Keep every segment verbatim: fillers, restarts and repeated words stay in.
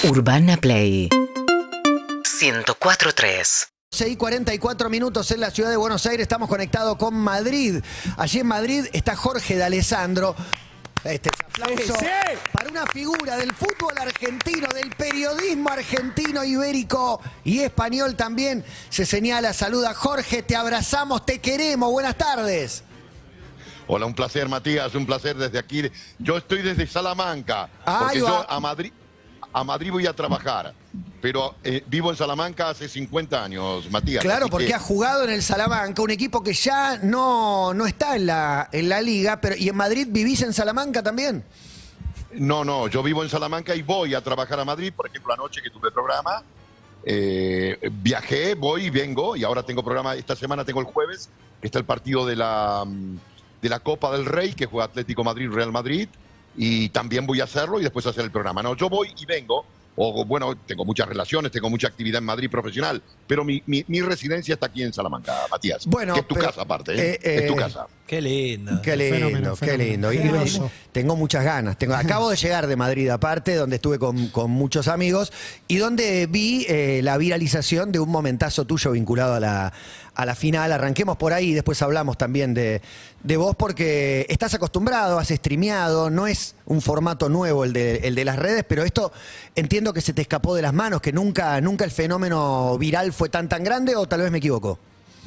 Urbana Play ciento cuatro punto tres. seis y cuarenta y cuatro minutos en la ciudad de Buenos Aires. Estamos conectados con Madrid. Allí en Madrid está Jorge D'Alessandro. Este es aplauso Sí, sí. para una figura del fútbol argentino, del periodismo argentino, ibérico y español también. Se señala, saluda. Jorge, te abrazamos, te queremos. Buenas tardes. Hola, un placer, Matías, un placer desde aquí. Yo estoy desde Salamanca, porque Ahí va. yo a Madrid, a Madrid voy a trabajar, pero eh, vivo en Salamanca hace cincuenta años, Matías. Claro, así porque que- ha jugado en el Salamanca, un equipo que ya no, no está en la, en la liga, pero ¿y en Madrid vivís en Salamanca también? No, no, yo vivo en Salamanca y voy a trabajar a Madrid, por ejemplo, anoche que tuve programa, eh, viajé, voy y vengo, y ahora tengo programa, esta semana tengo el jueves, que está el partido de la, mm, de la Copa del Rey, que juega Atlético Madrid-Real Madrid, y también voy a hacerlo y después hacer el programa. No, yo voy y vengo, o bueno, tengo muchas relaciones, tengo mucha actividad en Madrid profesional, pero mi, mi, mi residencia está aquí en Salamanca, Matías. Bueno, que es tu pero, casa aparte, ¿eh? eh, eh, es tu casa. Qué lindo. Qué lindo, Fenómeno, qué fenómeno. lindo. Y, Hermoso. y tengo muchas ganas. Tengo, acabo de llegar de Madrid aparte, donde estuve con, con muchos amigos y donde vi eh, la viralización de un momentazo tuyo vinculado a la, a la final. Arranquemos por ahí y después hablamos también de, de vos porque estás acostumbrado, has streameado, no es un formato nuevo el de, el de las redes, pero esto entiendo que se te escapó de las manos, que nunca, nunca el fenómeno viral fue tan tan grande, o tal vez me equivoco.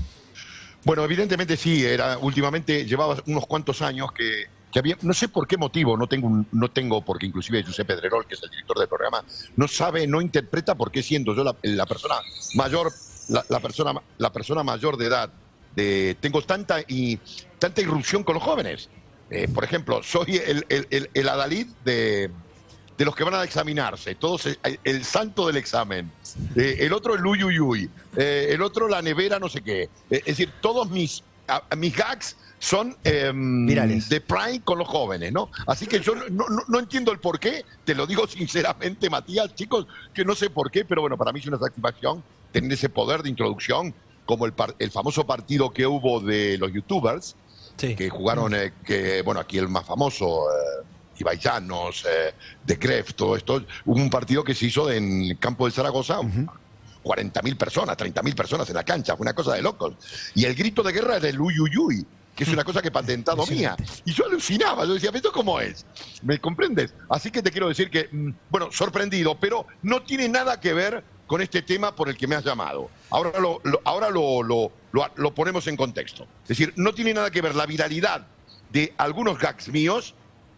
Bueno, evidentemente sí, era últimamente llevaba unos cuantos años que, que había, no sé por qué motivo, no tengo, un- no tengo, porque inclusive José Pedrerol, que es el director del programa, no sabe, no interpreta por qué siendo yo la, la persona mayor, la, la persona, la persona mayor de edad, de, tengo tanta y tanta irrupción con los jóvenes. Eh, por ejemplo, soy el, el, el, el adalid de, de los que van a examinarse, todos el, el santo del examen, eh, el otro el uy uy uy, eh, el otro la nevera no sé qué, Eh, es decir, todos mis, a- mis gags son eh, Virales. de Prime con los jóvenes, ¿no? Así que yo no, no, no entiendo el por qué, te lo digo sinceramente, Matías, chicos, que no sé por qué, pero bueno, para mí es una satisfacción tener ese poder de introducción, como el, par- el famoso partido que hubo de los youtubers, Sí. que jugaron, eh, que bueno, aquí el más famoso, eh, Ibai Llanos, eh, De Gref, todo esto. Hubo un partido que se hizo en el campo de Zaragoza, cuarenta mil personas, treinta mil personas en la cancha, fue una cosa de locos. Y el grito de guerra era el uy uy uy, que es una cosa que he patentado mía. Y yo alucinaba, yo decía, ¿esto cómo es? ¿Me comprendes? Así que te quiero decir que, mm, bueno, sorprendido, pero no tiene nada que ver con este tema por el que me has llamado. Ahora lo, lo- ahora lo, lo, lo, lo ponemos en contexto. Es decir, no tiene nada que ver la viralidad de algunos gags míos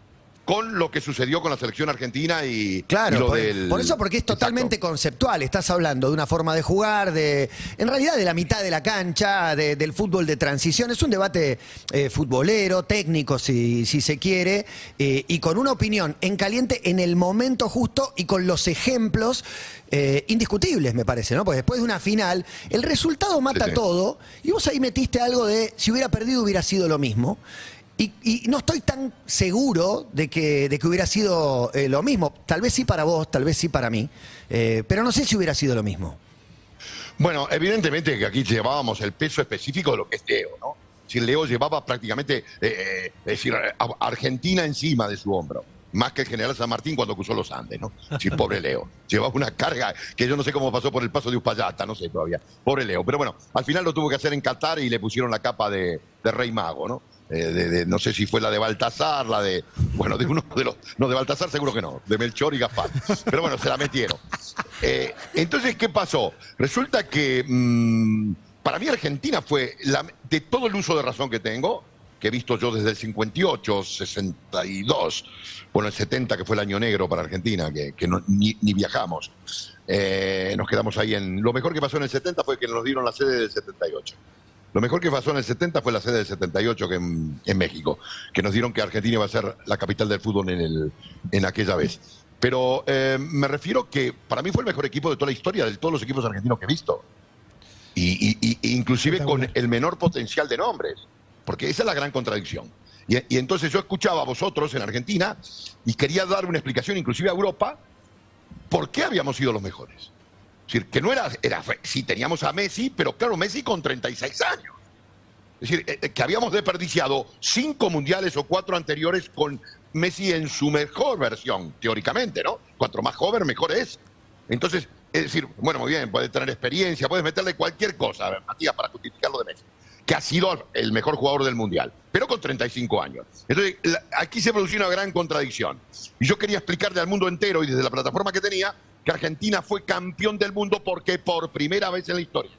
con lo que sucedió con la selección argentina y, Claro, y lo por, del... por eso porque es totalmente Exacto. conceptual. Estás hablando de una forma de jugar, de en realidad de la mitad de la cancha, de- del fútbol de transición. Es un debate eh, futbolero, técnico si, si se quiere, eh, y con una opinión en caliente en el momento justo y con los ejemplos eh, indiscutibles, me parece, ¿no? Porque después de una final, el resultado mata Sí, sí. todo, y vos ahí metiste algo de si hubiera perdido hubiera sido lo mismo. Y, y no estoy tan seguro de que, de que hubiera sido eh, lo mismo. Tal vez sí para vos, tal vez sí para mí. Eh, pero no sé si hubiera sido lo mismo. Bueno, evidentemente que aquí llevábamos el peso específico de lo que es Leo, ¿no? Si Leo llevaba prácticamente, eh, eh, es decir, a Argentina encima de su hombro, más que el general San Martín cuando cruzó los Andes, ¿no? Sí, pobre Leo. Llevaba una carga que yo no sé cómo pasó por el paso de Uspallata, no sé todavía. Pobre Leo. Pero bueno, al final lo tuvo que hacer en Qatar y le pusieron la capa de, de Rey Mago, ¿no? Eh, de, de- no sé si fue la de Baltasar, la de, bueno, de uno de los, no, de Baltasar seguro que no, de Melchor y Gaspar. Pero bueno, se la metieron. Eh, entonces, ¿qué pasó? Resulta que mm, para mí Argentina fue, la- de todo el uso de razón que tengo, que he visto yo desde el cincuenta y ocho, sesenta y dos, bueno, el setenta, que fue el año negro para Argentina, que, que no- ni, ni viajamos. Eh, nos quedamos ahí en... Lo mejor que pasó en el setenta fue que nos dieron la sede del setenta y ocho. Lo mejor que pasó en el setenta fue la sede del setenta y ocho que en, en México, que nos dieron que Argentina iba a ser la capital del fútbol en, el, en aquella vez. Pero eh, me refiero que para mí fue el mejor equipo de toda la historia, de todos los equipos argentinos que he visto. Y, y- y- e inclusive con el menor potencial de nombres, porque esa es la gran contradicción. Y, y entonces yo escuchaba a vosotros en Argentina y quería dar una explicación inclusive a Europa por qué habíamos sido los mejores. Es decir, que no era, era, sí teníamos a Messi, pero claro, Messi con treinta y seis años. Es decir, eh, que habíamos desperdiciado cinco mundiales o cuatro anteriores con Messi en su mejor versión, teóricamente, ¿no? Cuanto más joven, mejor es. Entonces, es decir, bueno, muy bien, puedes tener experiencia, puedes meterle cualquier cosa, a ver, Matías, para justificar lo de Messi, que ha sido el mejor jugador del Mundial, pero con treinta y cinco años. Entonces, la, aquí se produjo una gran contradicción. Y yo quería explicarle al mundo entero y desde la plataforma que tenía, que Argentina fue campeón del mundo porque por primera vez en la historia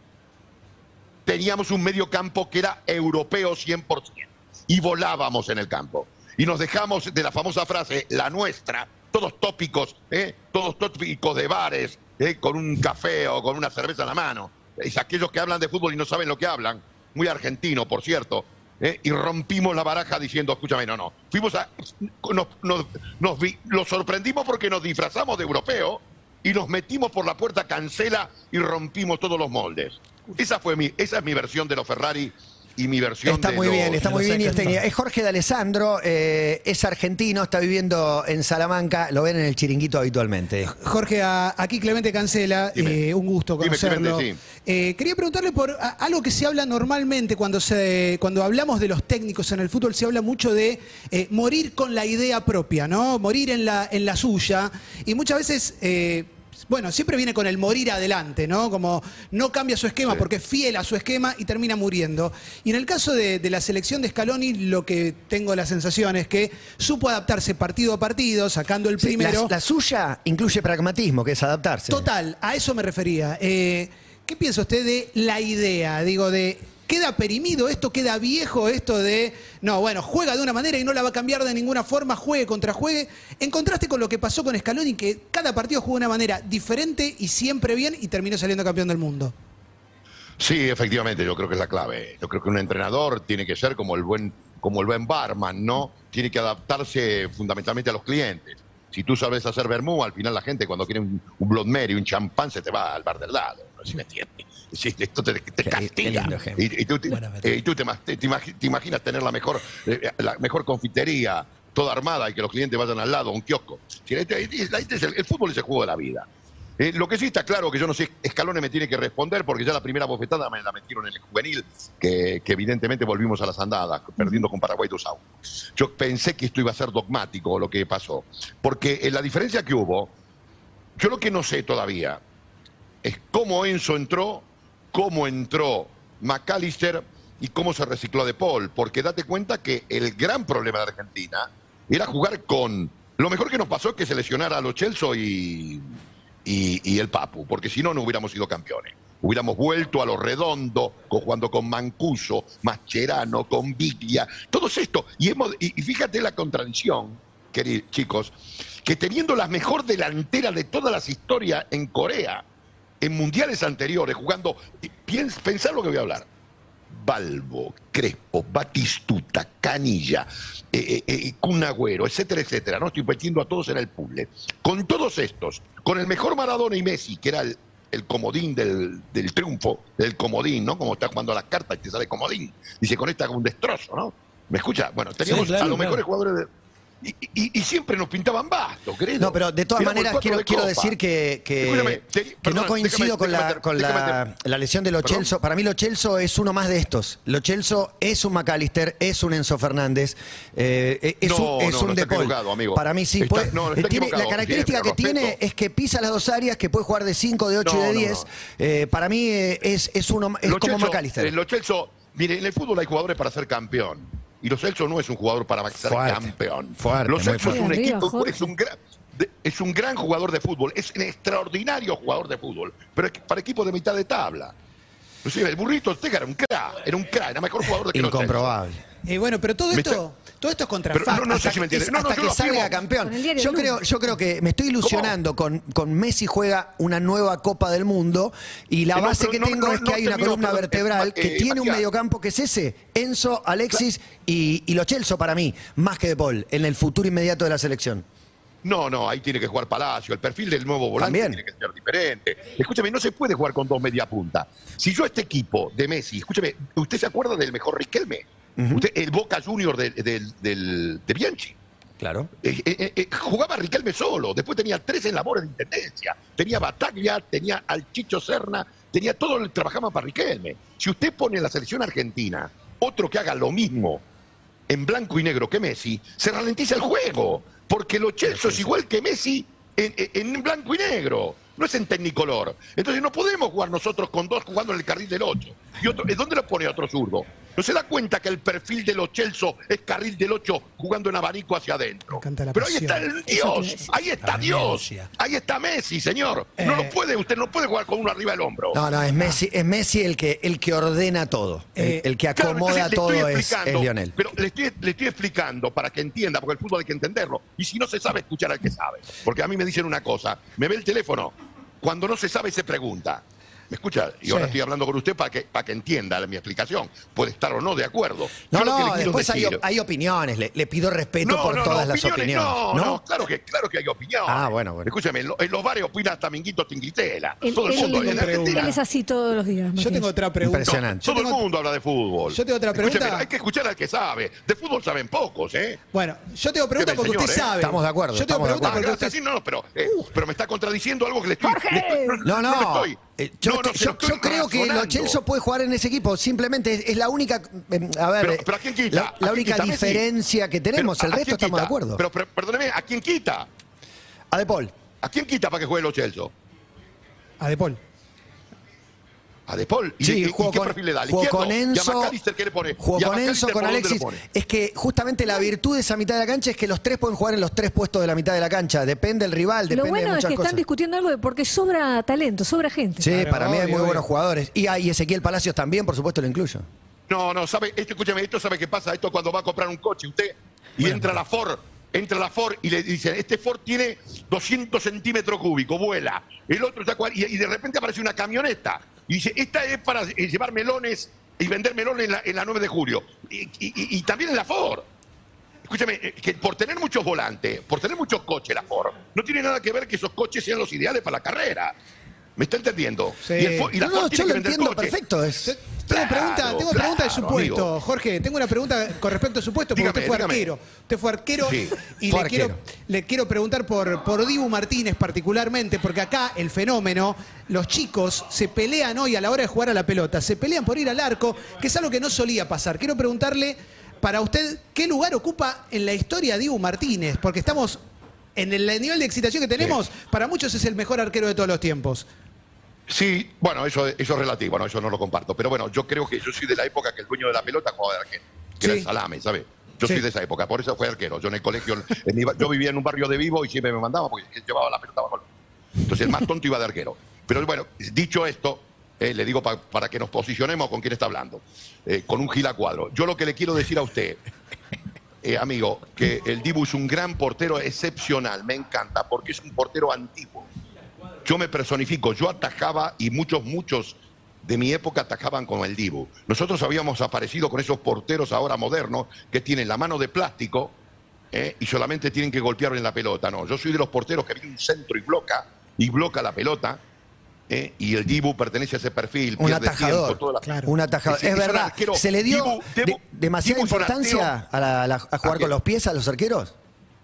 teníamos un medio campo que era europeo cien por ciento y volábamos en el campo. Y nos dejamos de la famosa frase, la nuestra, todos tópicos, ¿eh? todos tópicos de bares, ¿eh? con un café o con una cerveza en la mano. Es aquellos que hablan de fútbol y no saben lo que hablan, muy argentino, por cierto, ¿eh? y rompimos la baraja diciendo, escúchame, no, no, fuimos a, nos, nos, nos vi, lo sorprendimos porque nos disfrazamos de europeo y nos metimos por la puerta cancela y rompimos todos los moldes. Esa fue mi, esa es mi versión de los Ferrari y mi versión está de muy los, bien, está muy bien. Y este, es Jorge D'Alessandro, eh, es argentino, está viviendo en Salamanca, lo ven en el Chiringuito habitualmente. Jorge, a- aquí Clemente Cancela, eh, un gusto Dime, conocerlo. Clemente, Eh, quería preguntarle por a- algo que se habla normalmente cuando, se, cuando hablamos de los técnicos en el fútbol, se habla mucho de eh, morir con la idea propia, ¿no? Morir en la, en la suya. Y muchas veces... eh, Bueno, siempre viene con el morir adelante, ¿no? Como no cambia su esquema Sí. porque es fiel a su esquema y termina muriendo. Y en el caso de, de la selección de Scaloni, lo que tengo la sensación es que supo adaptarse partido a partido, sacando el Sí, primero. la, la suya incluye pragmatismo, que es adaptarse. Total, a eso me refería. Eh, ¿Qué piensa usted de la idea? Digo, de ¿queda perimido esto? ¿Queda viejo esto de, no, bueno, juega de una manera y no la va a cambiar de ninguna forma, juegue contra juegue? En contraste con lo que pasó con Scaloni, que cada partido jugó de una manera diferente y siempre bien y terminó saliendo campeón del mundo. Sí, efectivamente, yo creo que es la clave. Yo creo que un entrenador tiene que ser como el buen, como el buen barman, ¿no? Tiene que adaptarse fundamentalmente a los clientes. Si tú sabes hacer vermú, al final la gente cuando quiere un, un Blood Mary, un champán, se te va al bar del lado. ¿No? ¿Sí me entiendes? Sí, esto te, te Qué- castiga. qué lindo ejemplo. Y, y tú, te, eh, y tú te, te- te imagi- te imaginas tener la mejor, eh, la mejor confitería, toda armada, y que los clientes vayan al lado, a un kiosco. Sí, este- este- este es el, el fútbol es el juego de la vida. Eh, lo que sí está claro que yo no sé, Scaloni me tiene que responder porque ya la primera bofetada me la metieron en el juvenil, que, que evidentemente volvimos a las andadas, perdiendo con Paraguay dos a uno. Yo pensé que esto iba a ser dogmático lo que pasó, porque en la diferencia que hubo, yo lo que no sé todavía es cómo Enzo entró, cómo entró McAllister y cómo se recicló De Paul, porque date cuenta que el gran problema de Argentina era jugar con... Lo mejor que nos pasó es que se lesionara a Lo Celso y... Y, y el Papu, porque si no, no hubiéramos sido campeones. Hubiéramos vuelto a lo redondo, con- jugando con Mancuso, Mascherano, con Biglia, todos estos. Y, hemos, y, y fíjate la contradicción, queridos chicos, que teniendo la mejor delantera de todas las historias en Corea, en mundiales anteriores, jugando, piens, pensá lo que voy a hablar. Balbo, Crespo, Batistuta, Canilla, eh, eh, Kun Agüero, etcétera, etcétera. No estoy metiendo a todos en el puzzle. Con todos estos, con el mejor Maradona y Messi, que era el, el comodín del, del triunfo, del comodín, ¿no? Como está jugando a las cartas y te sale comodín. Dice, con esta con un destrozo, ¿no? ¿Me escucha? Bueno, teníamos Sí, claro, a los claro. mejores jugadores de... Y, y- y siempre nos pintaban bastos, querido. No, pero de todas Éramos el maneras cuatro quiero, de quiero Copa. decir que, que- Escúchame, te- que perdón, no coincido déjame- con, la, déjame- con la, déjame- la lesión de Lo Perdón. Celso. Para mí Lo Celso es uno más de estos. Lo Celso es un McAllister, es un Enzo Fernández, eh, es No, un, es no, un no, De está Paul. equivocado, amigo. Para mí sí. Está- puede- no, está tiene- equivocado. la característica Siempre, que tiene respeto. es que pisa las dos áreas, que puede jugar de cinco, de ocho No, y de no, diez. no. Eh, para mí eh, es, es, uno, es Lo como Celso, McAllister. eh, Lo Celso, mire, en el fútbol hay jugadores para ser campeón. Y Lo Celso no es un jugador para ser Fuerte, campeón. fuerte, Lo muy Celso es fuerte. un Arriba, equipo, Jorge. es un gran. de- es un gran jugador de fútbol, es un extraordinario jugador de fútbol, pero es que para equipo de mitad de tabla. Inclusive el burrito Ortega era un crack, era un crack, era mejor jugador de que Lo Celso. Incomprobable. Eh, bueno, pero todo Me esto, todo esto es contra Pero fact. no, no sé Hasta si me que- entiendes. Es No, no, hasta yo que lo salga afirmo. campeón. Con el diario Yo del creo, lunes. yo creo que me estoy ilusionando con, con Messi juega una nueva Copa del Mundo y la Eh, no, base pero que no, tengo no, es que no hay una termino, columna perdón, vertebral eh, que eh, tiene un Matías. mediocampo que es ese, Enzo, Alexis y, y Lo Celso para mí, más que De Paul, en el futuro inmediato de la selección. No, no, ahí tiene que jugar Palacio. El perfil del nuevo volante También. tiene que ser diferente. Escúchame, no se puede jugar con dos media punta. Si yo a este equipo de Messi, escúchame, ¿usted se acuerda del mejor Riquelme? Usted, el Boca Junior de, del- del- de Bianchi. Claro. Eh, eh, eh, jugaba Riquelme solo, después tenía tres en labores de intendencia, tenía Bataglia, tenía al Chicho Serna, tenía todo, el trabajaba para Riquelme. Si usted pone en la selección argentina otro que haga lo mismo en blanco y negro que Messi, se ralentiza el juego, porque Lo Celso es igual que Messi en, en- en blanco y negro. no es en Tecnicolor. Entonces no podemos jugar nosotros con dos jugando en el carril del ocho. Y otro, ¿dónde lo pone otro zurdo? ¿No se da cuenta que el perfil de Lo Celso es carril del ocho jugando en abanico hacia adentro? Pero ahí está el Dios, ahí está Dios, ahí está Messi, señor. No lo puede, usted no puede jugar con uno arriba del hombro. No, no, es Messi, es Messi el que, el que ordena todo, el, el que Claro, acomoda entonces, todo le es, estoy es explicando, Lionel. Pero le estoy, le estoy explicando para que entienda, porque el fútbol hay que entenderlo. Y si no se sabe, escuchar al que sabe. Porque a mí me dicen una cosa, me ve el teléfono, cuando no se sabe se pregunta. ¿Me escucha? Y ahora Sí. estoy hablando con usted para que, para que entienda mi explicación. Puede estar o no de acuerdo. No, Yo lo que le no, quiero después hay, decir- hay opiniones, le, le pido respeto No, por no, todas no, las opiniones, opiniones. No, no, claro que, claro que hay opiniones. Ah, bueno, bueno. Escúchame, en, lo- en los bares opina hasta Minguito Tinglitela. Él, Todo el él- mundo. tengo En una Argentina, él es así todos los días. Yo Matías. tengo otra pregunta. Impresionante. todo Yo el tengo- mundo habla de fútbol. Yo tengo otra Escúchame, pregunta. hay que escuchar al que sabe. De fútbol saben pocos, ¿eh? Bueno, yo tengo pregunta Qué porque señor, usted ¿eh? sabe. Estamos de acuerdo, Yo tengo estamos de pregunta Ah, porque gracias, usted... sí, no, no, pero, eh, pero me está contradiciendo algo que le estoy... ¡Jorge! le estoy- No, no, le estoy- eh, yo, no, no, te- se yo- lo estoy yo creo que Lo razonando. Celso puede jugar en ese equipo, simplemente es, es la única, eh, a ver, Pero- eh, pero ¿a quién quita? la, ¿A la quién única quita, Messi? diferencia que tenemos, Pero, el ¿a resto quién estamos de quita? acuerdo. Pero, pero, perdóneme, ¿a quién quita? A De Paul. ¿A quién quita para que juegue Lo Celso? A De Paul. A De Paul. ¿Y, Sí, y- y jugó qué con, perfil le da? ¿Al jugó izquierdo? con ¿Y a Enzo, McAllister qué le pone? jugó ¿Y a con Enzo, McAllister con por dónde Alexis. lo pone? Es que justamente la virtud de esa mitad de la cancha es que los tres pueden jugar en los tres puestos de la mitad de la cancha. Depende del rival, depende Lo bueno de es muchas que cosas. están discutiendo algo de porque sobra talento, sobra gente. Sí, Claro, para mí hay obvio, muy obvio. buenos jugadores. Y, ah, y Ezequiel Palacios también, por supuesto, lo incluyo. No, no, sabe, esto, escúchame, esto sabe qué pasa, esto cuando va a comprar un coche usted y entra la Ford, entra la Ford y le dicen, este Ford tiene doscientos centímetros cúbicos, vuela. El otro está cual, y, y de repente aparece una camioneta y dice, esta es para eh, llevar melones y vender melones en la, en la nueve de julio. Y, y- y- y también en la Ford. Escúchame, eh, que por tener muchos volantes, por tener muchos coches la Ford, no tiene nada que ver que esos coches sean los ideales para la carrera. ¿Me está entendiendo? Sí. Y, el Ford- y la No, Ford no, tiene yo que lo vender entiendo coches. perfecto. Es, Tengo pregunta, Claro, tengo pregunta de claro, supuesto, amigo. Jorge. Tengo una pregunta con respecto a supuesto, porque Dígame, usted fue dígame. arquero. Usted fue arquero Sí. y Fue le quiero, arquero. le quiero preguntar por, por Dibu Martínez particularmente, porque acá el fenómeno, los chicos se pelean hoy a la hora de jugar a la pelota, se pelean por ir al arco, que es algo que no solía pasar. Quiero preguntarle, para usted, ¿qué lugar ocupa en la historia Dibu Martínez? Porque estamos en el nivel de excitación que tenemos, para muchos es el mejor arquero de todos los tiempos. Sí, bueno, eso, eso es relativo, no, eso no lo comparto. Pero bueno, yo creo que yo soy de la época que el dueño de la pelota jugaba de arquero, que era Sí. el Salame, ¿sabes? Yo Sí. soy de esa época, por eso fui arquero. Yo en el colegio, en mi ba- yo vivía en un barrio de Vivo y siempre me mandaba porque llevaba la pelota bajo el... Entonces el más tonto iba de arquero. Pero bueno, dicho esto, eh, le digo pa- para que nos posicionemos con quién está hablando, eh, con un Gila Cuadro. Yo lo que le quiero decir a usted, eh, amigo, que el Dibu es un gran portero excepcional, me encanta, porque es un portero antiguo. Yo me personifico, yo atajaba y muchos, muchos de mi época atajaban con el Dibu. Nosotros habíamos aparecido con esos porteros ahora modernos que tienen la mano de plástico eh, y solamente tienen que golpear en la pelota. No, yo soy de los porteros que viene un centro y bloca, y bloca la pelota. eh, y el Dibu pertenece a ese perfil. un pierde atajador. tiempo, toda la- Claro. Un atajador. Sí, Es es un verdad. arquero. ¿Se le dio Dibu- de- Dibu- demasiada Dibu es un importancia arquero. a, la- la- a jugar ¿A qué? con los pies a los arqueros?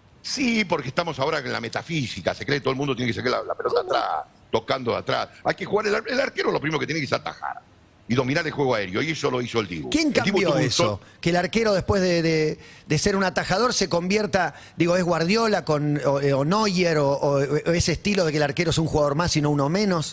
Sí, porque estamos ahora en la metafísica, se cree que todo el mundo tiene que sacar la, la pelota atrás, tocando de atrás. Hay que jugar, el, ar- el arquero lo primero que tiene que es atajar y dominar el juego aéreo, y eso lo hizo el Dibu. ¿Quién El Dibu cambió tuvo un eso? sol- Que el arquero después de, de- de ser un atajador se convierta, digo, es Guardiola con, o, o Neuer o, o- o ese estilo de que el arquero es un jugador más y no uno menos.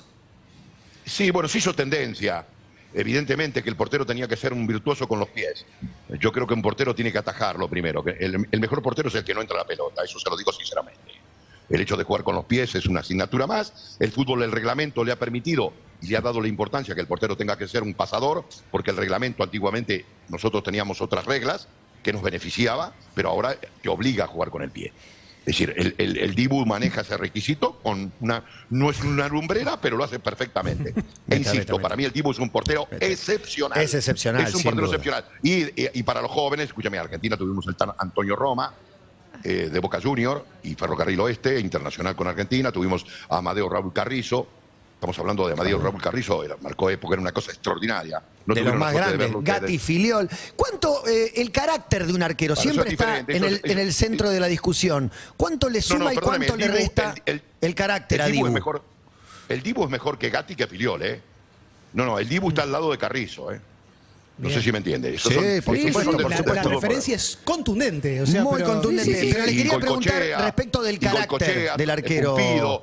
Sí, bueno, se hizo tendencia. Evidentemente que el portero tenía que ser un virtuoso con los pies. Yo creo que un portero tiene que atajarlo primero. que El, el mejor portero es el que no entra a la pelota, eso se lo digo sinceramente. El hecho de jugar con los pies es una asignatura más. El fútbol, el reglamento le ha permitido y le ha dado la importancia que el portero tenga que ser un pasador, porque el reglamento antiguamente nosotros teníamos otras reglas que nos beneficiaba, pero ahora te obliga a jugar con el pie. Es decir, el, el, el Dibu maneja ese requisito con una, no es una lumbrera, pero lo hace perfectamente. E insisto, vete. para mí el Dibu es un portero excepcional. Es excepcional, Es un sin portero duda. excepcional. Y, y, y para los jóvenes, escúchame, en Argentina tuvimos el tan Antonio Roma, eh, de Boca Junior, y Ferrocarril Oeste, internacional con Argentina. Tuvimos a Amadeo Raúl Carrizo. Estamos hablando de Amadeo Raúl Carrizo, era, marcó época, era una cosa extraordinaria. No de los tuvieron la más suerte de grandes, verlo ustedes. Gatti, Filiol. ¿Cuánto eh, el carácter de un arquero Bueno, siempre eso es está diferente, en eso el, es- eso- en el centro de la discusión? ¿Cuánto le No, suma no, y perdóname, cuánto el le Dibu- resta el, el- carácter el a Dibu Dibu? es mejor, el Dibu es mejor que Gatti que Filiol, ¿eh? No, no, el Dibu está al lado de Carrizo, ¿eh? No Bien. sé si me entiende. Esos Sí, son- por esos supuesto, son de- por La, supuesto. la de- referencia es contundente. O sea, Muy pero- contundente. Sí, sí, sí. Pero le Y quería Goicoechea, preguntar respecto del y carácter Goicoechea, del arquero. Pumpido,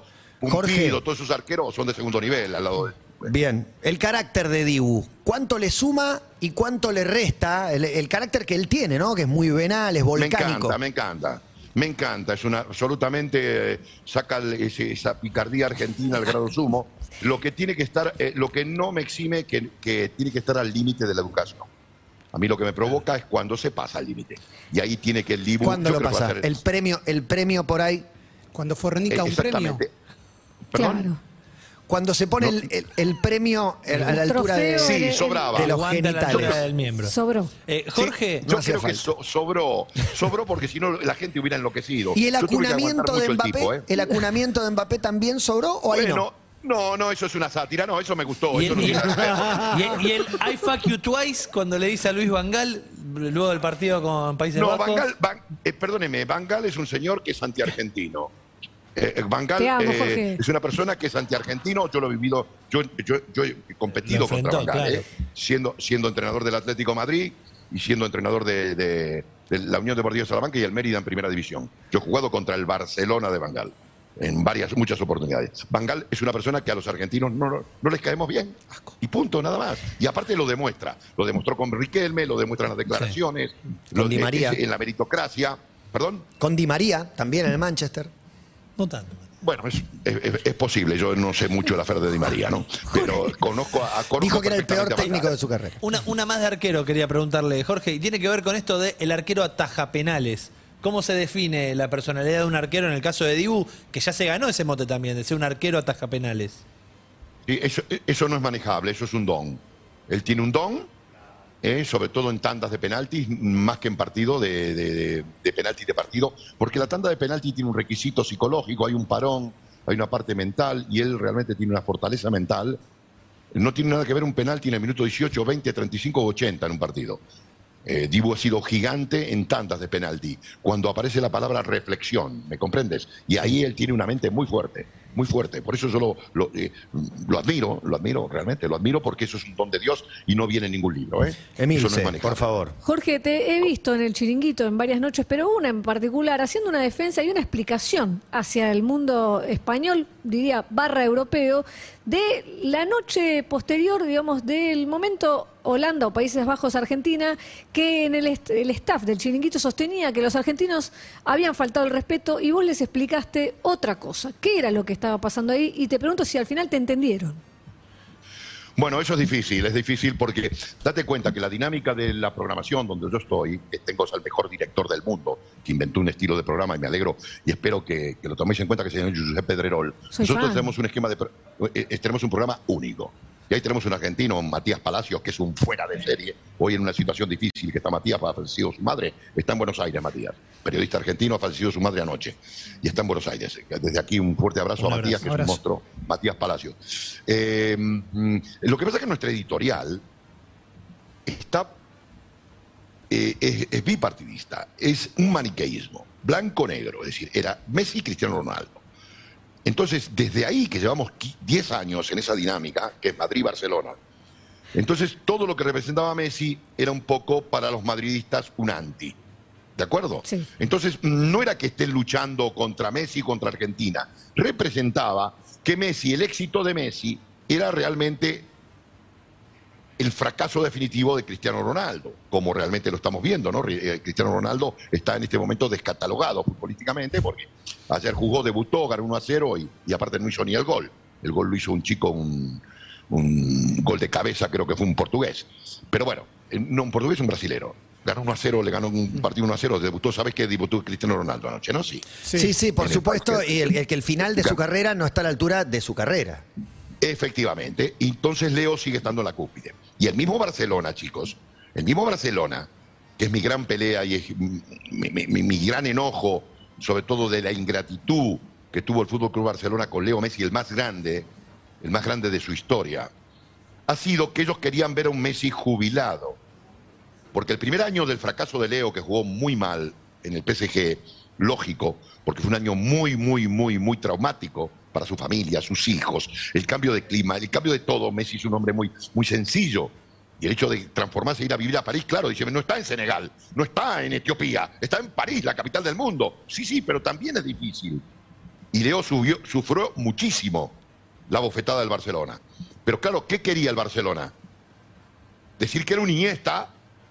Jorge. todos esos arqueros son de segundo nivel al lado de... Bien, el carácter de Dibu, ¿cuánto le suma y cuánto le resta? El, el carácter que él tiene, ¿no? Que es muy venal, es Me volcánico. encanta, me encanta. Me encanta, es una absolutamente, eh, saca el- ese- esa picardía argentina al grado sumo. Lo que tiene que estar, eh, lo que no me exime, que, que tiene que estar al límite de la educación. A mí lo que me provoca es cuando se pasa al límite. Y ahí tiene que el Dibu... ¿Cuándo yo lo creo que va a pasa? ser- El premio, el premio por ahí, Cuando eh, fornica un premio. exactamente. ¿Perdón? Claro. cuando se pone No. el, el- el premio a la El altura de, trofeo Sí, el- sobraba. de los Aguanta la altura genitales. del miembro. Sobró. Eh, Sí, Jorge, no yo hacía creo que falta. so- sobró, sobró porque si no la gente hubiera enloquecido. ¿Y el Yo tuve que acunamiento aguantar de mucho el Mbappé? tipo, ¿eh? ¿El acunamiento de Mbappé también sobró o ahí Bueno, no? no, no, eso es una sátira, no, eso me gustó. y Eso el, no y el- tiene nada que ver. y el- y el I fuck you twice cuando le dice a Luis Van Gaal luego del partido con Países No, Bajos. Van Gaal, Van- eh, perdóneme, Van Gaal es un señor que es antiargentino. Eh, eh, Van Gaal Te amo, eh, Jorge. es una persona que es antiargentino, yo lo he vivido, yo, yo, yo he competido Lo contra enfrentó, Van Gaal, claro. eh, siendo, siendo entrenador del Atlético de Madrid y siendo entrenador de, de- de la Unión Deportiva de Salamanca y el Mérida en Primera División. Yo he jugado contra el Barcelona de Van Gaal en varias, muchas oportunidades. Van Gaal es una persona que a los argentinos no, no, no les caemos bien. Y punto, nada más. Y aparte lo demuestra. Lo demostró con Riquelme, lo demuestra en las declaraciones, Con lo- Di eh, María. en la meritocracia. ¿Perdón? Con Di María, también en el Manchester. No tanto. Bueno, es, es- es posible. Yo no sé mucho de la Fer de Di María, ¿no? Pero conozco a, a conozco Dijo que era el peor perfectamente a Van técnico Gaal. de su carrera. Una, una más de arquero quería preguntarle, Jorge, y tiene que ver con esto de el arquero ataja penales. ¿Cómo se define la personalidad de un arquero en el caso de Dibu, que ya se ganó ese mote también, de ser un arquero ataja penales? Sí, eso, eso no es manejable, eso es un don. Él tiene un don, eh, sobre todo en tandas de penaltis, más que en partido de, de, de, de penaltis de partido, porque la tanda de penaltis tiene un requisito psicológico, hay un parón, hay una parte mental, y él realmente tiene una fortaleza mental. No tiene nada que ver un penalti en el minuto dieciocho, veinte, treinta y cinco o ochenta en un partido. Eh, Dibu ha sido gigante en tandas de penalti, cuando aparece la palabra reflexión, ¿me comprendes? Y ahí él tiene una mente muy fuerte, muy fuerte. Por eso yo lo, lo, eh, lo admiro, lo admiro, realmente, lo admiro porque eso es un don de Dios y no viene en ningún libro, ¿eh? Eso no es Emilce, manejable. por favor. Jorge, te he visto en el chiringuito en varias noches, pero una en particular, haciendo una defensa y una explicación hacia el mundo español, diría barra europeo, de la noche posterior, digamos, del momento Holanda o Países Bajos, Argentina, que en el, est- el staff del chiringuito sostenía que los argentinos habían faltado el respeto y vos les explicaste otra cosa. ¿Qué era lo que estaba pasando ahí? Y te pregunto si al final te entendieron. Bueno, eso es difícil, es difícil porque date cuenta que la dinámica de la programación donde yo estoy, que tengo al mejor director del mundo, que inventó un estilo de programa y me alegro y espero que, que lo toméis en cuenta, que se llama Giuseppe Pedrerol. Soy Nosotros fan. tenemos un esquema de... pro- eh, eh, tenemos un programa único. Y ahí tenemos un argentino, Matías Palacios, que es un fuera de serie. Hoy en una situación difícil que está Matías, ha fallecido su madre. Está en Buenos Aires, Matías. Periodista argentino, ha fallecido su madre anoche. Y está en Buenos Aires. Desde aquí un fuerte abrazo Un a Matías, abrazo. que es un Abrazo. monstruo. Matías Palacios. Eh, mm, lo que pasa es que nuestra editorial está eh, es, es bipartidista, es un maniqueísmo, blanco-negro, es decir, era Messi y Cristiano Ronaldo. Entonces, desde ahí que llevamos qui- diez años en esa dinámica, que es Madrid-Barcelona, entonces todo lo que representaba a Messi era un poco para los madridistas un anti. ¿De acuerdo? Sí. Entonces, no era que estén luchando contra Messi y contra Argentina. Representaba que Messi, el éxito de Messi, era realmente el fracaso definitivo de Cristiano Ronaldo, como realmente lo estamos viendo, ¿no? Eh, Cristiano Ronaldo está en este momento descatalogado futbolísticamente porque ayer jugó, debutó, ganó uno a cero y, y aparte no hizo ni el gol. El gol lo hizo un chico, un, un gol de cabeza, creo que fue un portugués. Pero bueno, eh, no un portugués, un brasilero. Ganó uno a cero, le ganó un partido uno a cero, debutó, ¿sabes qué debutó Cristiano Ronaldo anoche, no? Sí. Sí, sí, por En el supuesto, parque. y el, el que el final de su carrera no está a la altura de su carrera. Efectivamente. Y entonces Leo sigue estando en la cúspide. Y el mismo Barcelona, chicos, el mismo Barcelona, que es mi gran pelea y es mi, mi- mi- mi gran enojo, sobre todo de la ingratitud que tuvo el Fútbol Club Barcelona con Leo Messi, el más grande, el más grande de su historia, ha sido que ellos querían ver a un Messi jubilado. Porque el primer año del fracaso de Leo, que jugó muy mal en el P S G, lógico, porque fue un año muy, muy, muy, muy traumático para su familia, sus hijos, el cambio de clima, el cambio de todo. Messi es un hombre muy, muy sencillo. Y el hecho de transformarse e ir a vivir a París, claro, dice, no está en Senegal, no está en Etiopía, está en París, la capital del mundo. Sí, sí, pero también es difícil. Y Leo subió, sufrió muchísimo la bofetada del Barcelona. Pero claro, ¿qué quería el Barcelona? Decir que era un Iniesta,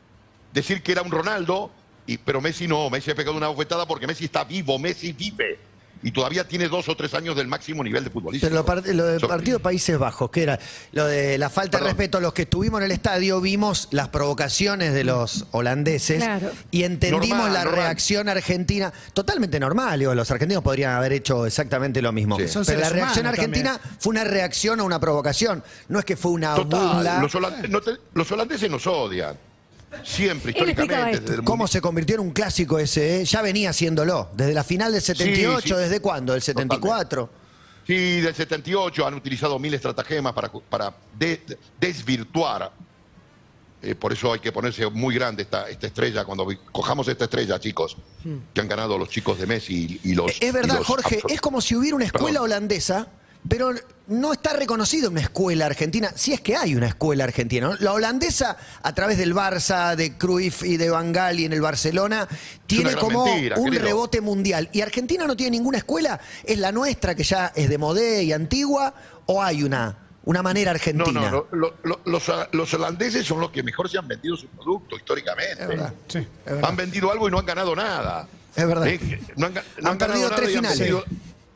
decir que era un Ronaldo, y, pero Messi no, Messi ha pegado una bofetada porque Messi está vivo, Messi vive. Y todavía tiene dos o tres años del máximo nivel de futbolista. Pero lo, par- lo del So- partido de Países Bajos, que era lo de la falta Perdón. de respeto, los que estuvimos en el estadio vimos las provocaciones de los holandeses Claro. y entendimos Normal, la normal. reacción argentina, totalmente normal, digo, los argentinos podrían haber hecho exactamente lo mismo. Sí. Son Pero la seres reacción humanos argentina fue una reacción a una provocación, no es que fue una Total, burla. los, holand- no te- los holandeses nos odian. Siempre, Él explicaba históricamente. esto. desde el ¿Cómo mundi- se convirtió en un clásico ese? eh? Ya venía haciéndolo, desde la final del setenta y ocho, Sí, sí. ¿desde cuándo? ¿Del setenta y cuatro? Sí, del setenta y ocho han utilizado mil estratagemas para, para de- de- desvirtuar. Eh, por eso hay que ponerse muy grande esta, esta estrella. Cuando vi- cojamos esta estrella, chicos, que han ganado los chicos de Messi y, y los. Es verdad, y los Jorge, absol- es como si hubiera una escuela Perdón. holandesa, pero no está reconocida una escuela argentina, si es que hay una escuela argentina, ¿no? La holandesa, a través del Barça, de Cruyff y de Van Gaal y en el Barcelona, tiene gran como mentira, un querido. rebote mundial. ¿Y Argentina no tiene ninguna escuela? ¿Es la nuestra, que ya es de modé y antigua, o hay una, una manera No, argentina? no, no, lo- lo- los, los holandeses son los que mejor se han vendido su producto históricamente. Es verdad, Sí, es verdad. Han vendido algo y no han ganado nada. Es verdad. Eh, no han, ga- no Han perdido ganado tres nada y han finales. vendido-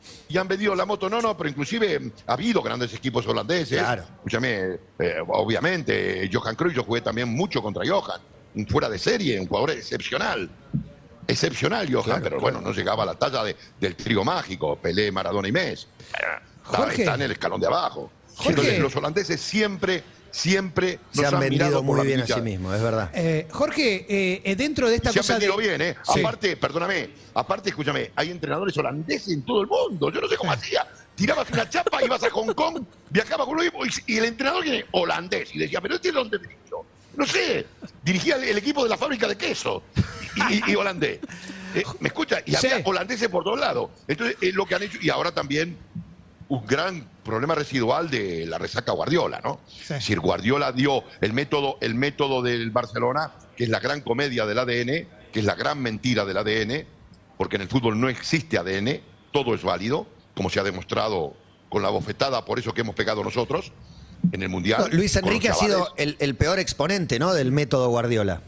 Y han vendido la moto, no, no, pero inclusive mm, ha habido grandes equipos holandeses. Claro. Escúchame, eh, obviamente, Johan Cruyff, yo jugué también mucho contra Johan, un fuera de serie, un jugador excepcional. Excepcional, Johan, Claro, pero claro. bueno, no llegaba a la talla de- del trío mágico, Pelé, Maradona y Messi. Está, Jorge. está en el escalón de abajo. Jorge. Entonces, los holandeses siempre, siempre Se nos han vendido mirado por muy la bien a sí mitad. mismos, es verdad. Eh, Jorge, eh, eh, dentro de esta Se han cosa de... vendido bien, ¿eh? Sí. Aparte, perdóname, aparte, escúchame, hay entrenadores holandeses en todo el mundo. Yo no sé cómo hacía. Tirabas una chapa, ibas a Hong Kong, viajaba con uno y, y el entrenador viene holandés. Y decía, pero este es dónde dirigió. No sé, dirigía el, el equipo de la fábrica de queso y, y- y holandés. Eh, ¿Me escucha? Y Sí. había holandeses por todos lados. Entonces, es lo que han hecho. Y ahora también un gran problema residual de la resaca Guardiola, ¿no? Sí. Es decir, Guardiola dio el método, el método del Barcelona, que es la gran comedia del A D N, que es la gran mentira del A D N, porque en el fútbol no existe A D N, todo es válido, como se ha demostrado con la bofetada, por eso que hemos pegado nosotros en el Mundial. No, Luis con los Enrique ha chavales. sido el, el peor exponente, ¿no?, del método Guardiola.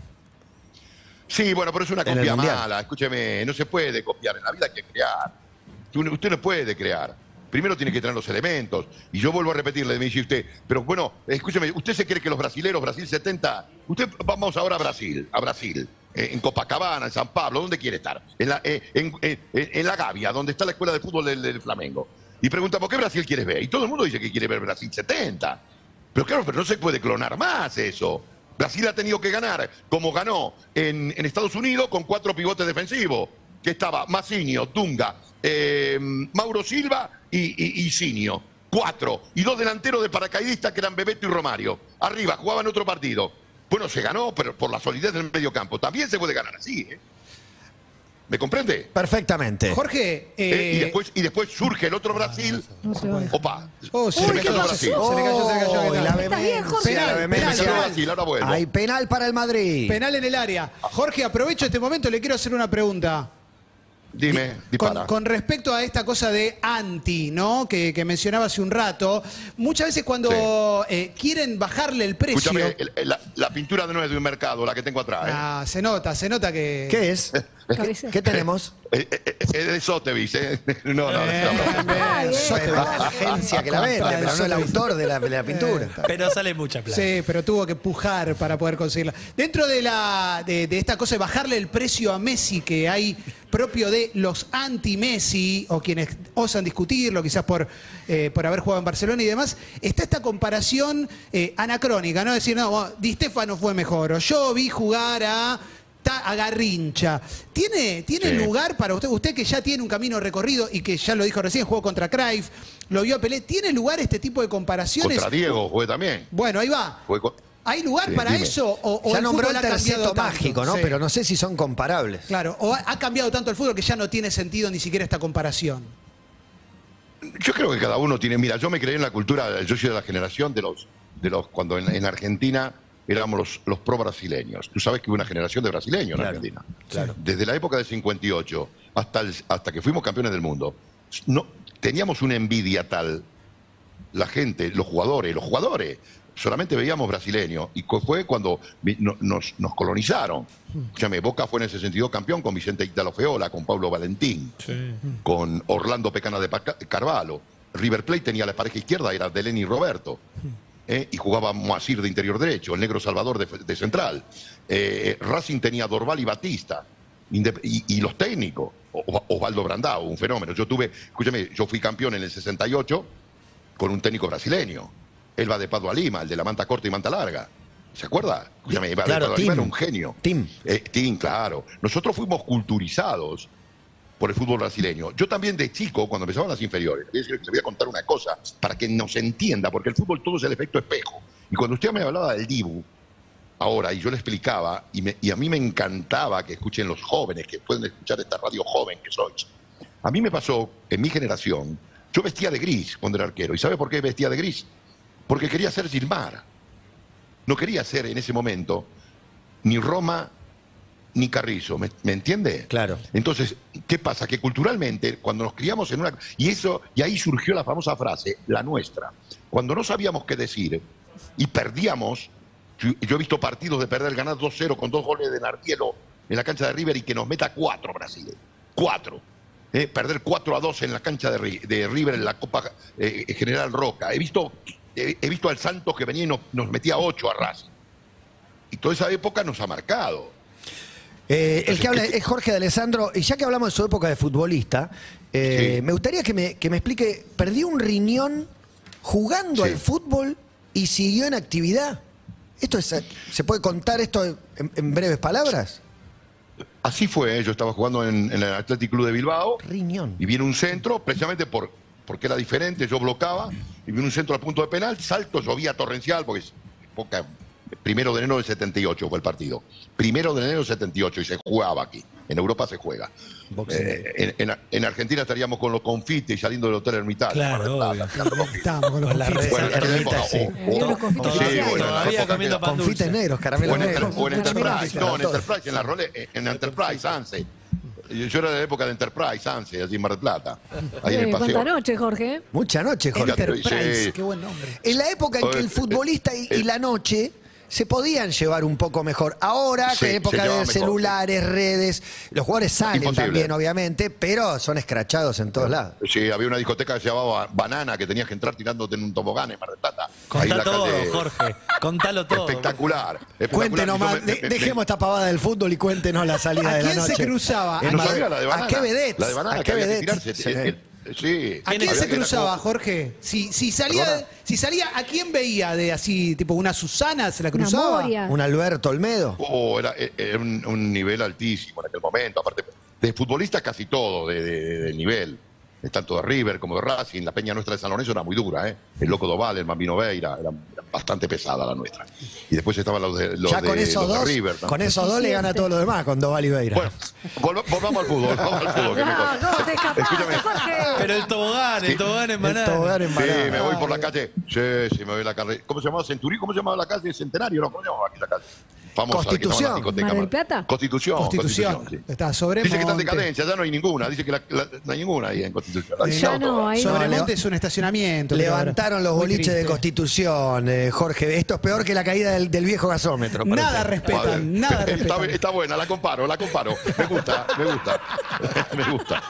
Sí, bueno, pero es una En el copia Mundial. mala. Escúcheme, no se puede copiar. En la vida hay que crear. Usted usted no puede crear. Primero tiene que tener los elementos. Y yo vuelvo a repetirle, me dice usted, pero bueno, escúcheme, ¿usted se cree que los brasileros, Brasil setenta, usted, vamos ahora a Brasil, a Brasil, eh, en Copacabana, en San Pablo, ¿dónde quiere estar? En la, eh, en, en- en la Gavia, donde está la escuela de fútbol del, del Flamengo. Y pregunta, ¿por qué Brasil quieres ver? Y todo el mundo dice que quiere ver Brasil setenta. Pero claro, pero no se puede clonar más eso. Brasil ha tenido que ganar, como ganó en, en Estados Unidos, con cuatro pivotes defensivos, que estaba Massinio, Dunga, eh, Mauro Silva y, y, y Sinio. Cuatro. Y dos delanteros de paracaidistas que eran Bebeto y Romario. Arriba, jugaban otro partido. Bueno, se ganó, pero por la solidez del medio campo. También se puede ganar así, ¿eh? ¿Me comprende? Perfectamente. Jorge, Eh, eh, y, después, y después surge el otro Brasil. No se va. Opa. Oh, se se le me cayó cayó el Brasil. Se le cayó, se le cayó. Oh, ¿qué tal? la ¿Estás bien, Jorge? vehemencia, la Penal, vehemencia. penal, Brasil, ahora vuelvo. Hay penal para el Madrid. penal en el área. Jorge, aprovecho este momento, le quiero hacer una pregunta. Dime, dispara. Con, con respecto a esta cosa de anti, ¿no? Que, que mencionaba hace un rato, muchas veces cuando eh, quieren bajarle el precio. Escúchame, el- el- la, la pintura no es de un mercado, la que tengo atrás. ¿eh? Ah, se nota, se nota que. ¿Qué es? Cabeza. ¿Qué tenemos? Eh, eh, eh, Es de Sotheby's, ¿eh? No, no, Bien, no. bien. Ah, bien. Sotheby's, la agencia que la vende, Compra de pero no el Sotheby's. autor de la, de la pintura. Pero sale mucha plata. Sí, pero tuvo que pujar para poder conseguirla. Dentro de, la, de, de esta cosa de bajarle el precio a Messi que hay propio de los anti-Messi o quienes osan discutirlo, quizás por, eh, por haber jugado en Barcelona y demás, está esta comparación eh, anacrónica, ¿no? Decir, no, bueno, Di Stéfano fue mejor, o yo vi jugar a, ta- a Garrincha. ¿Tiene, tiene Sí. lugar para usted, usted que ya tiene un camino recorrido y que ya lo dijo recién, jugó contra Cruyff, lo vio a Pelé, ¿tiene lugar este tipo de comparaciones? Contra Diego jugué también. Bueno, ahí va. Jugué con- ¿Hay lugar Sí, para dime. eso? O, o Ya el nombró fútbol el ha cambiado terceto tanto? mágico, ¿no? Sí. Pero no sé si son comparables. Claro, o ha, ha cambiado tanto el fútbol que ya no tiene sentido ni siquiera esta comparación. Yo creo que cada uno tiene. Mira, yo me creé en la cultura, yo soy de la generación de los. de los cuando en, en Argentina éramos los, los pro-brasileños. Tú sabes que hubo una generación de brasileños en Claro, Argentina. claro. Desde la época del cincuenta y ocho hasta, el- hasta que fuimos campeones del mundo. no, teníamos una envidia tal, la gente, los jugadores, los jugadores, solamente veíamos brasileños, y fue cuando no, nos, nos colonizaron. Escúchame, Boca fue en el sesenta y dos campeón con Vicente Italo Feola, con Pablo Valentín, sí. con Orlando Pecana de Carvalho. River Plate tenía la pareja izquierda, era Delenny y Roberto. Eh, y jugaba Moacir de interior derecho, el negro Salvador de, de central. Eh, Racing tenía Dorval y Batista. Indep y, y los técnicos, o, Osvaldo Brandao, un fenómeno. Yo tuve, escúchame, yo fui campeón en el sesenta y ocho con un técnico brasileño. Elba de Padua Lima, el de la manta corta y manta larga. ¿Se acuerda? Escúchame, Elba claro, de Padua Lima era un genio. Tim. Eh, Tim, claro. Nosotros fuimos culturizados por el fútbol brasileño. Yo también de chico, cuando empezaban las inferiores, les voy a contar una cosa para que nos entienda, porque el fútbol todo es el efecto espejo. Y cuando usted me hablaba del Dibu, ahora, y yo le explicaba, y, me, y a mí me encantaba que escuchen los jóvenes, que pueden escuchar esta radio joven que sois. A mí me pasó, en mi generación, yo vestía de gris cuando era arquero. ¿Y sabe por qué vestía de gris? Porque quería ser Gilmar. No quería ser en ese momento ni Roma ni Carrizo, ¿me, ¿me entiende? Claro. Entonces, ¿qué pasa? Que culturalmente, cuando nos criamos en una... Y eso, y ahí surgió la famosa frase, la nuestra. Cuando no sabíamos qué decir y perdíamos, yo, yo he visto partidos de perder, ganar dos cero con dos goles de Nardielo en la cancha de River y que nos meta cuatro Brasil. Cuatro. Eh, perder cuatro a dos en la cancha de, de River en la Copa eh, General Roca. He visto, eh, he visto al Santos que venía y nos, nos metía ocho a Racing. Y toda esa época nos ha marcado. Eh, el que habla es Jorge de Alessandro, y ya que hablamos de su época de futbolista, eh, sí. me gustaría que me, que me explique, ¿perdió un riñón jugando sí. al fútbol y siguió en actividad? ¿Esto es, ¿Se puede contar esto en, en breves palabras? Así fue, yo estaba jugando en, en el Athletic Club de Bilbao. Riñón. Y viene un centro, precisamente por, porque era diferente, yo bloqueaba, y viene un centro al punto de penal, salto, llovía torrencial, porque es poca... Primero de enero del setenta y ocho fue el partido. Primero de enero del setenta y ocho y se jugaba aquí. En Europa se juega. Eh, en, en, en Argentina estaríamos con los confites saliendo del Hotel Hermitage. Claro, estábamos con los confites. Bueno, en época, o, o, los confites sí, todavía, bueno, todavía comiendo pan confites dulce. negros, caramelos o en, negros. o en Enterprise, no, en Todo. Enterprise, en la role, en Enterprise, Anse. Yo era de la época de Enterprise, Anse, allí en Mar del Plata. Ahí en el Eh, paseo. ¿Cuánta noche, Jorge? Mucha noche, Jorge. Enterprise, Sí. qué buen nombre. En la época en que el futbolista y, y la noche se podían llevar un poco mejor. Ahora, Sí, que en se época llevaba de mejor. celulares, redes, los jugadores salen Imposible. también, obviamente, pero son escrachados en todos lados. Sí, había una discoteca que se llamaba Banana, que tenías que entrar tirándote en un tobogán en Mar del Plata. Ahí en Contá la todo, calle- Jorge. Contalo todo. Espectacular. espectacular. Cuéntenos Y yo más, me- de- me- dejemos esta pavada del fútbol y cuéntenos la salida ¿A de la quién noche. se cruzaba? En ¿No Mar- sabía la de Banana? ¿A qué vedettes? La de Banana, ¿A que qué había que vedettes? tirarse. Sí. El- el- Sí. ¿A quién Había se que- cruzaba, Jorge? Si, si salía, ¿Perdona? si salía, ¿a quién veía de así, tipo una Susana se la Una cruzaba? Moria. Un Alberto Olmedo. Oh, era, era un, un nivel altísimo en aquel momento. Aparte, de futbolistas casi todo, de, de- de nivel. Tanto de River como de Racing. La peña nuestra de San Lorenzo era muy dura, ¿eh? El Loco Doval, el Bambino Veira, era, era bastante pesada la nuestra. Y después estaban los de, los Ya con de, esos los de dos, River. ¿no? con esos dos le gana todo lo demás con Doval y Veira. Bueno, vol- volvamos al fútbol, volvamos al fútbol. que No, mejor. ¿cómo te escapaste, Escúchame. Jorge? Pero el tobogán, el tobogán en el banana. tobogán en Sí, banana. me voy por la calle. Sí, sí, me voy a la calle. ¿Cómo se llamaba Centurí? ¿Cómo se llamaba la calle? Centenario, ¿no? ¿Cómo se llamaba aquí la calle? Famosa, que estaba en la Constitución. discoteca. ¿Mar del Plata? Constitución. Constitución. sí. Está sobre Dice que está en Monte. decadencia, ya no hay ninguna. Dice que la- la- no hay ninguna ahí en Constitución. La han Eh, Ya quitado no, todas. ahí no. Sobremonte es un estacionamiento. creo, Levantaron ahora. los Muy boliches de triste. Constitución, eh, Jorge. Esto es peor que la caída del, del viejo gasómetro. para Nada usted. respetan, Joder. nada está, respetan. está buena, la comparo, la comparo. Me gusta, me gusta. Me gusta.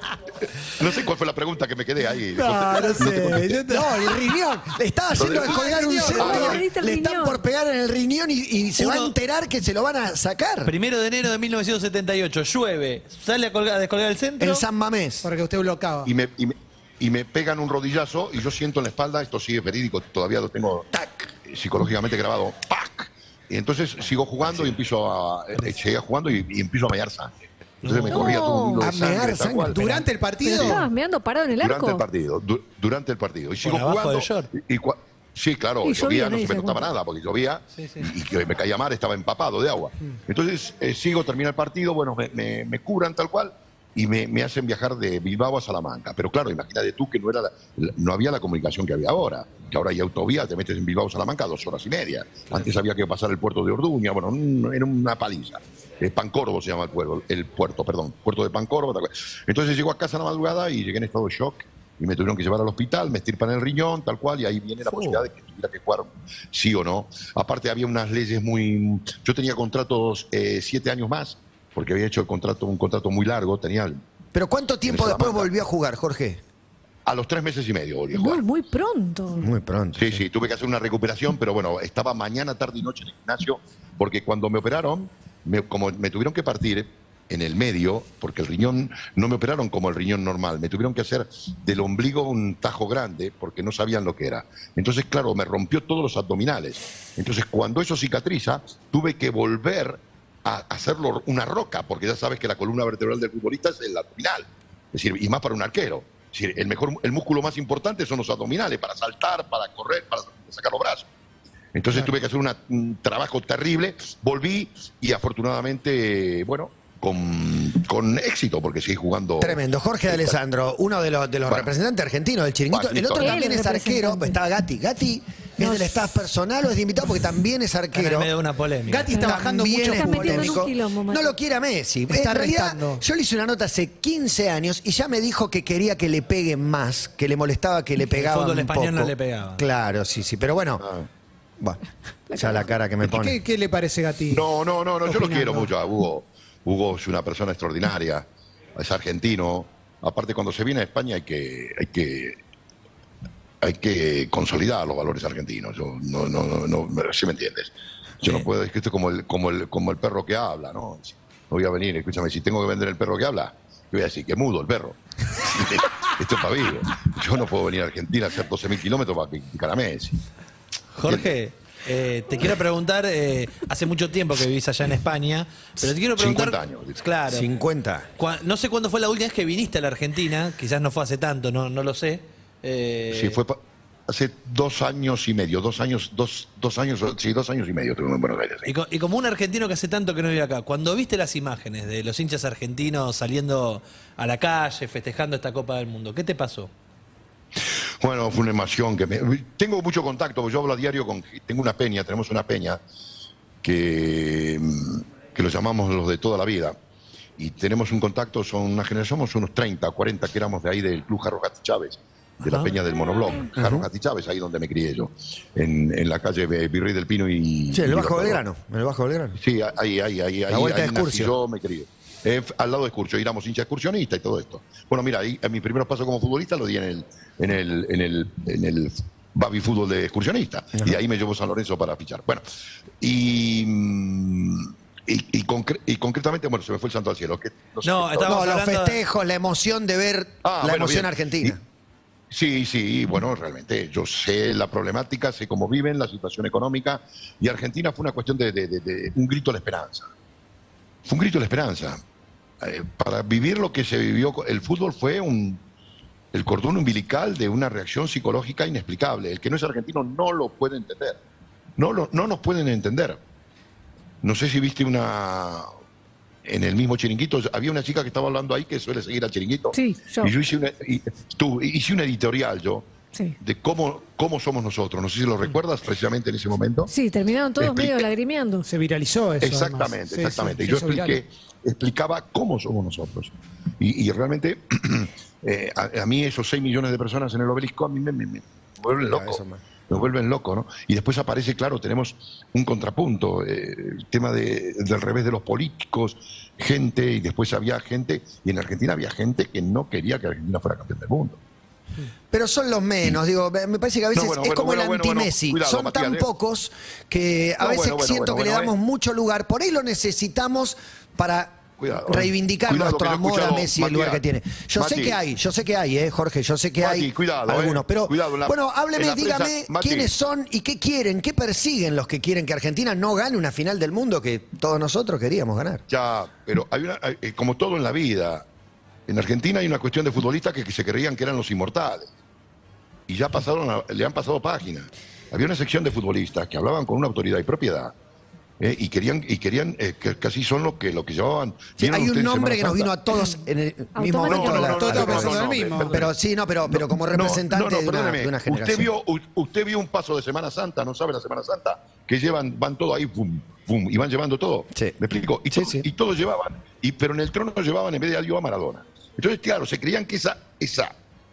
No sé cuál fue la pregunta que me quedé ahí. No, no sé. Yo te- No, el riñón. Le estaba haciendo Lo de- colgar un riñón. centro. Le perdiste el Le están riñón. por pegar en el riñón y, y se va a Uno- enterar que se lo van a sacar. Primero de enero de mil novecientos setenta y ocho, llueve, sale a, colgar- a descolgar el centro. En San Mamés. Porque usted bloqueaba. Y me, y, me, y me pegan un rodillazo y yo siento en la espalda, esto sí es verídico, todavía lo tengo tac, psicológicamente grabado, ¡pac! Y entonces sigo jugando y empiezo a. Eh, seguía jugando y, y empiezo a mear sangre. Entonces me No. corría todo un hilo A de sangre. mear tal sangre. cual. Durante el ¿Pero partido. estabas meando parado en el Durante arco? el partido, du- durante el partido. Y sigo abajo jugando. del short. Y, y cua- sí, claro, Y llovía, llovía, no nadie se se me notaba cuenta. nada porque llovía Sí, sí. y, y que me caía mar, estaba empapado de agua. Entonces eh, sigo, termina el partido, bueno, me, me, me curan tal cual y me, me hacen viajar de Bilbao a Salamanca. Pero claro, imagínate tú que no, era la- la- no había la comunicación que había ahora, que ahora hay autovía, te metes en Bilbao a Salamanca a dos horas y media. Antes había que pasar el puerto de Orduña, bueno, un- era una paliza. Eh, Pancorbo se llama el puerto, el puerto, perdón, puerto de Pancorbo. tal cual. Entonces llego a casa a la madrugada y llegué en estado de shock y me tuvieron que llevar al hospital, me estirpan el riñón, tal cual, y ahí viene la posibilidad de que tuviera que jugar sí o no. Aparte había unas leyes muy... Yo tenía contratos eh, siete años más, porque había hecho el contrato, un contrato muy largo, tenía... Pero ¿cuánto tiempo Salamanca. después volvió a jugar, Jorge? A los tres meses y medio volví a Muy, jugar. muy pronto. Muy pronto. Sí, sí, tuve que hacer una recuperación, pero bueno, estaba mañana, tarde y noche en el gimnasio, porque cuando me operaron, me- como me tuvieron que partir en el medio, porque el riñón, no me operaron como el riñón normal, me tuvieron que hacer del ombligo un tajo grande, porque no sabían lo que era. Entonces, claro, me rompió todos los abdominales. Entonces, cuando eso cicatriza, tuve que volver a hacerlo una roca, porque ya sabes que la columna vertebral del futbolista es el abdominal, es decir, y más para un arquero. Es decir, el, mejor, el músculo más importante son los abdominales, para saltar, para correr, para sacar los brazos. Entonces tuve que hacer una- un trabajo terrible, volví y afortunadamente, bueno, con, con éxito, porque seguí jugando. Tremendo. Jorge de Alessandro, uno de los, de los Bueno. representantes argentinos del chiringuito. Bueno, El otro listo. también Él es es arquero. representante. Está Gatti. Gatti es No del sé. staff personal o es de invitado porque también es Están en arquero. medio de una polémica. Gatti está bajando También mucho es Está metiendo en un polémico. quilombo, Mati. No lo quiere a Messi. Está en realidad, restando. yo le hice una nota hace quince años y ya me dijo que quería que le peguen más, que le molestaba que le pegaban fútbol un español poco. no le pegaban. Claro, sí, sí. Pero bueno, Ah. bueno, ya la cara que me pone. ¿Qué, qué le parece Gatti? No, no, no, no, yo lo Opinando. quiero mucho a Hugo. Hugo es una persona extraordinaria, es argentino. Aparte, cuando se viene a España hay que, hay que, hay que consolidar los valores argentinos. Yo no, no, no, no si me entiendes. Yo no puedo, es que esto es como el, como el, como el perro que habla, ¿no? Si- No voy a venir, escúchame, si tengo que vender el perro que habla, yo voy a decir que mudo el perro. Esto es para vivo. Yo no puedo venir a Argentina a hacer doce mil kilómetros para criticar a Messi. Jorge, eh, te quiero preguntar, eh, hace mucho tiempo que vivís allá en España, pero te quiero preguntar... cincuenta años. Claro. cincuenta. Cua- No sé cuándo fue la última vez que viniste a la Argentina, quizás no fue hace tanto, no, no lo sé. Eh, Sí, fue pa- hace dos años y medio, dos años, dos, dos años, sí, dos años y medio estuve en Buenos Aires. sí. Y, co- y como un argentino que hace tanto que no vive acá, cuando viste las imágenes de los hinchas argentinos saliendo a la calle, festejando esta Copa del Mundo, ¿qué te pasó? Bueno, fue una emoción que me... Tengo mucho contacto, porque yo hablo a diario con... Tengo una peña, tenemos una peña que, mm, que lo llamamos los de toda la vida. Y tenemos un contacto, son una generación, somos unos treinta, cuarenta que éramos de ahí del Club Jarro Gatti Chávez, de la Ajá. peña del Monobloc. Jarro Gatti Chávez, ahí donde me crié yo, en, en la calle Virrey del Pino y... Sí, el y Bajo Libertador. Belgrano. El Bajo Belgrano. Sí, ahí, ahí, ahí. La ahí, vuelta ahí de nací Excursio. yo me crié. Eh, al lado de Excursio, éramos hincha excursionista y todo esto. Bueno, mira, ahí, en mis primeros pasos como futbolista lo di en el, en el, en el, en el Babi Fútbol de excursionista. Y de ahí me llevó San Lorenzo para fichar. Bueno, y, mm, y, y, concre- y concretamente, bueno, se me fue el santo al cielo. Que, no sé No, qué- estaba- No, Estamos los hablando- festejos, la emoción de ver Ah, la bueno, emoción bien. argentina. Sí, sí, bueno, realmente yo sé la problemática, sé cómo viven, la situación económica, y Argentina fue una cuestión de, de- de- de un grito de la esperanza. Fue un grito de la esperanza. Eh, para vivir lo que se vivió, el fútbol fue un, el cordón umbilical de una reacción psicológica inexplicable. El que no es argentino no lo puede entender. No, lo, no nos pueden entender. No sé si viste una... En el mismo chiringuito, había una chica que estaba hablando ahí que suele seguir al chiringuito. Sí, yo. Y yo hice una, y- tú, hice una editorial yo Sí. de cómo, cómo somos nosotros. No sé si lo recuerdas precisamente en ese momento. Sí, terminaron todos Explique. medio lagrimeando. Se viralizó eso. Exactamente, además. Sí, exactamente. sí, Y yo se hizo viral. expliqué, explicaba cómo somos nosotros. Y, y realmente, eh, a, a mí esos seis millones de personas en el obelisco, a mí me, me- me vuelven loco. eso, man. Me vuelven loco, ¿no? Y después aparece, claro, tenemos un contrapunto, eh, el tema de- del revés de los políticos, gente, y después había gente, y en Argentina había gente que no quería que Argentina fuera campeón del mundo. Pero son los menos, digo, me parece que a veces No, bueno, es bueno, como bueno, el bueno, bueno, anti-Messi. cuidado, son Matías, tan eh. pocos que a No, veces bueno, bueno, siento bueno, que bueno, le damos eh. mucho lugar. Por ahí lo necesitamos para Cuidado, eh. reivindicar Cuidado, nuestro que lo he amor a escuchado, Messi y el lugar que Matías. tiene. Yo sé Mati. que hay, yo sé que hay, eh, Jorge, yo sé que Mati, hay cuidado, eh. algunos. Pero Cuidado, en la- bueno, en hábleme, la prensa, dígame Mati. quiénes son y qué quieren, qué persiguen los que quieren que Argentina no gane una final del mundo que todos nosotros queríamos ganar. Ya, pero hay una, hay- eh, como todo en la vida, en Argentina hay una cuestión de futbolistas que, que se creían que eran los inmortales. Y ya pasaron, a- le han pasado página. Había una sección de futbolistas que hablaban con una autoridad y propiedad Eh, y querían, y querían eh, que casi son lo que, lo que llevaban. Sí, ¿Vieron hay un ustedes nombre que Semana nos vino Santa? a todos en el mismo Automáticamente. momento. de la- No, no, no, a la- todos pensando en el mismo. Pero sí, no, pero, pero como No, representante no, no, de, una, perdóneme. de una generación. Usted vio, u- usted vio un paso de Semana Santa, ¿no sabe la Semana Santa? Que llevan, van todo ahí, pum, pum, y van llevando todo. Sí. ¿Me explico? Y, Sí, to- sí. y todos llevaban. Y, pero en el trono llevaban en vez de a Dios a Maradona. Entonces, claro, se creían que esa, esa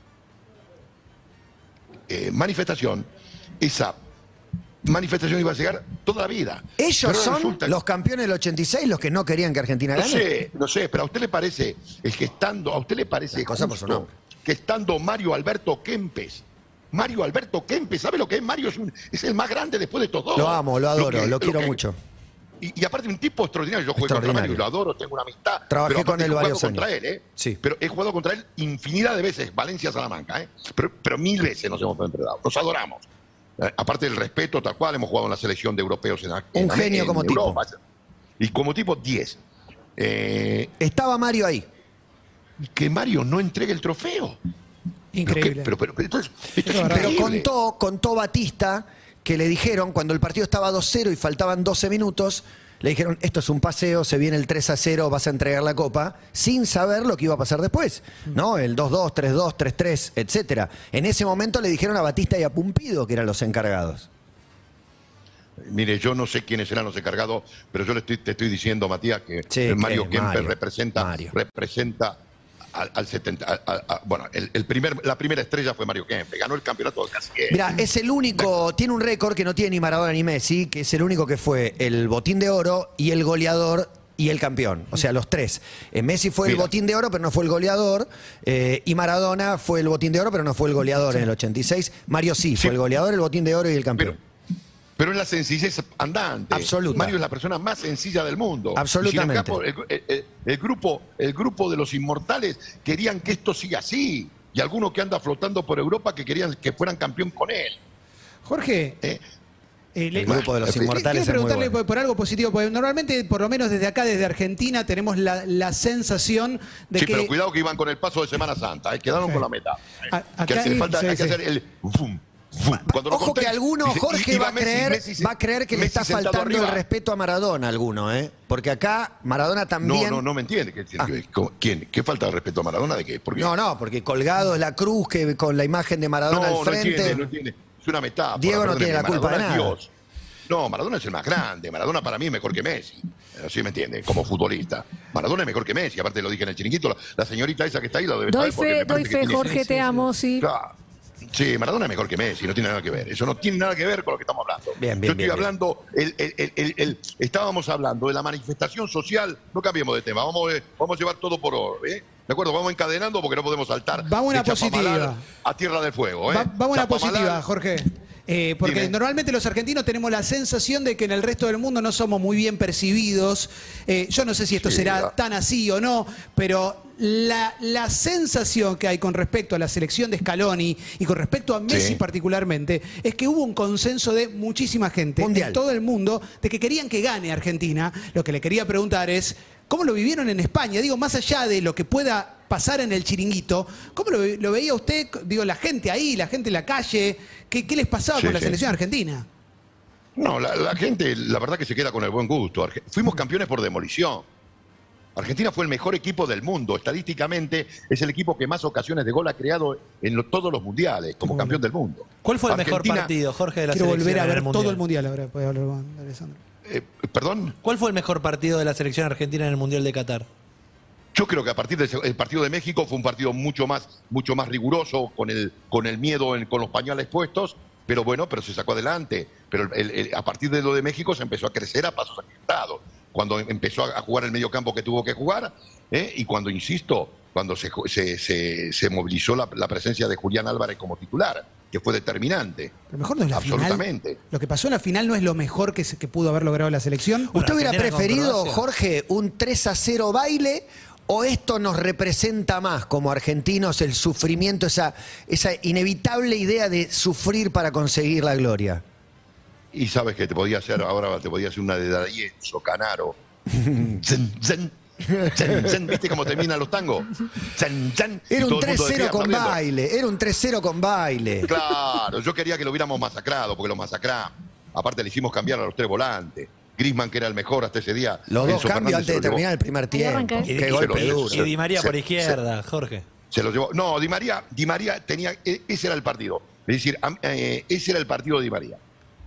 eh, manifestación, esa manifestación iba a llegar toda la vida. Ellos Pero son resulta- los campeones del ochenta y seis, los que no querían que Argentina No gane. sé, no sé, pero a usted le parece, es que estando, a usted le parece Las cosas por su justo nombre. que estando Mario Alberto Kempes, Mario Alberto Kempes, ¿sabe lo que es Mario? Es, un- es el más grande después de todos. Lo amo, lo adoro, que- lo quiero que- mucho. Y, y aparte un tipo extraordinario, yo jugué contra Extraordinario. Mario, lo adoro, tengo una amistad. Trabajé pero con aparte él he jugado varios contra años. él, ¿eh? Sí. Pero he jugado contra él infinidad de veces, Valencia-Salamanca, ¿eh? Pero, pero mil veces nos hemos enfrentado, nos adoramos. Eh, aparte del respeto, tal cual, hemos jugado en la selección de europeos en, en Un genio en como Europa. Y como tipo diez. Eh, Estaba Mario ahí. que Mario no entregue el trofeo. Increíble. Pero, pero, pero, esto es, esto es Pero Pero increíble. contó, contó Batista que le dijeron, cuando el partido estaba dos cero y faltaban doce minutos, le dijeron, esto es un paseo, se viene el tres a cero, vas a entregar la copa, sin saber lo que iba a pasar después, ¿no? El dos dos, tres dos, tres tres, etcétera. En ese momento le dijeron a Batista y a Pumpido que eran los encargados. Mire, yo no sé quiénes serán los encargados, pero yo le estoy, te estoy diciendo, Matías, que Sí, eh, Mario que Kemper Mario, representa, Mario. representa al, al setenta. al- al- a- bueno, el, el primer, la primera estrella fue Mario Kemper, ganó el campeonato casi. Mira, es el único, tiene un récord que no tiene ni Maradona ni Messi, que es el único que fue el botín de oro y el goleador y el campeón. O sea, los tres. Eh, Messi fue el Mira. botín de oro, pero no fue el goleador. eh, y Maradona fue el botín de oro, pero no fue el goleador en el ochenta y seis. Mario sí, fue Sí. el goleador, el botín de oro y el campeón. Pero, pero es la sencillez andante. Absoluta. Mario es la persona más sencilla del mundo. Absolutamente. Y sin acá, el, el- el grupo, el grupo de los inmortales querían que esto siga así. Y algunos que anda flotando por Europa que querían que fueran campeón con él. Jorge, ¿eh? eh, le- El grupo de los Quiero inmortales quiero es muy preguntarle bueno. por, por algo positivo, porque normalmente, por lo menos desde acá, desde Argentina, tenemos la, la sensación de Sí, que... pero cuidado que iban con el paso de Semana Santa, ¿eh? Quedaron Sí. con la meta. ¿eh? A- que acá- hace falta, sí, hay que sí. hacer el fum, fum. Cuando lo Ojo conté, que alguno, dice, Jorge, y- y va a Messi, creer, Messi se- va a creer que le Messi está sentado faltando el arriba. respeto a Maradona, alguno, ¿eh? Porque acá Maradona también. No, no, no me entiende. ¿Qué, Ah. ¿Quién? ¿Qué falta de respeto a Maradona? ¿De qué? ¿Por qué? No, no, porque colgado es la cruz que con la imagen de Maradona no, al no frente. entiende, no entiende. Es una metáfora. Diego no perdóneme, tiene la culpa de Maradona es nada. Dios. No, Maradona es el más grande. Maradona para mí es mejor que Messi. Así me entiende, como futbolista. Maradona es mejor que Messi. Aparte lo dije en el chiringuito. La, la señorita esa que está ahí lo debe Doy saber porque fe, me doy parece que fe, tiene- Jorge, te amo, sí. Claro. Sí, Maradona es mejor que Messi, no tiene nada que ver. Eso no tiene nada que ver con lo que estamos hablando. Bien, bien, Yo estoy bien, hablando, el- el- el- el- el- estábamos hablando de la manifestación social. No cambiemos de tema, vamos, eh, vamos a llevar todo por oro. ¿eh? ¿De acuerdo? Vamos encadenando porque no podemos saltar. Vamos a una de Chapamalar positiva. a Tierra del Fuego. ¿eh? Va- vamos a una Chapamalar- positiva, Jorge. Eh, porque Dime. normalmente los argentinos tenemos la sensación de que en el resto del mundo no somos muy bien percibidos. Eh, yo no sé si esto Sí, será ya. tan así o no, pero la, la sensación que hay con respecto a la selección de Scaloni y con respecto a Messi Sí. particularmente es que hubo un consenso de muchísima gente Mundial. en todo el mundo de que querían que gane Argentina. Lo que le quería preguntar es, ¿cómo lo vivieron en España? Digo, más allá de lo que pueda pasar en el chiringuito, ¿cómo lo, ve- lo veía usted? Digo, la gente ahí, la gente en la calle, ¿qué, qué les pasaba Sí, con la sí. selección argentina? No, la, la gente, la verdad que se queda con el buen gusto. Arge- Fuimos campeones por demolición. Argentina fue el mejor equipo del mundo. Estadísticamente es el equipo que más ocasiones de gol ha creado en lo- todos los mundiales como campeón del mundo. ¿Cuál fue el mejor Argentina- partido, Jorge, de la Quiero selección volver a en ver el todo Mundial? el mundial ahora, puede hablar con Alessandro. Eh, ¿Perdón? ¿Cuál fue el mejor partido de la selección argentina en el Mundial de Qatar? Yo creo que a partir del partido de México fue un partido mucho más, mucho más riguroso, con el, con el miedo, en- con los pañales puestos, pero bueno, pero se sacó adelante. Pero el- el- a partir de lo de México se empezó a crecer a pasos agigantados. Cuando empezó a, a jugar el medio campo que tuvo que jugar, ¿eh? y cuando, insisto, cuando se, ju- se, se- se movilizó la, la presencia de Julián Álvarez como titular, que fue determinante. Lo mejor no es la Absolutamente. final. Lo que pasó en la final no es lo mejor que, se- que pudo haber logrado la selección. Bueno, ¿Usted hubiera Argentina con preferido, Croacia. Jorge, un tres a cero baile o esto nos representa más como argentinos el sufrimiento, esa, esa inevitable idea de sufrir para conseguir la gloria? Y sabes que te podía hacer, ahora te podía hacer una de D'Arienzo, Canaro. Zen, zen, zen, zen. ¿Viste cómo terminan los tangos? Zen, zen. Y Era todo un el mundo tres cero decía, con aplaudiendo. baile, era un tres cero con baile. Claro, yo quería que lo hubiéramos masacrado, porque lo masacramos. Aparte le hicimos cambiar a los tres volantes. Griezmann, que era el mejor hasta ese día. Los dos Enzo cambios Fernández antes se de lo llevó. terminar el primer tiempo. arranca él. Y- Qué y- golpe y- duro. Y Di María Se- por se- izquierda, Jorge. Se lo llevó. No, Di María, Di María tenía, e- ese era el partido. Es decir, am- eh, ese era el partido de Di María.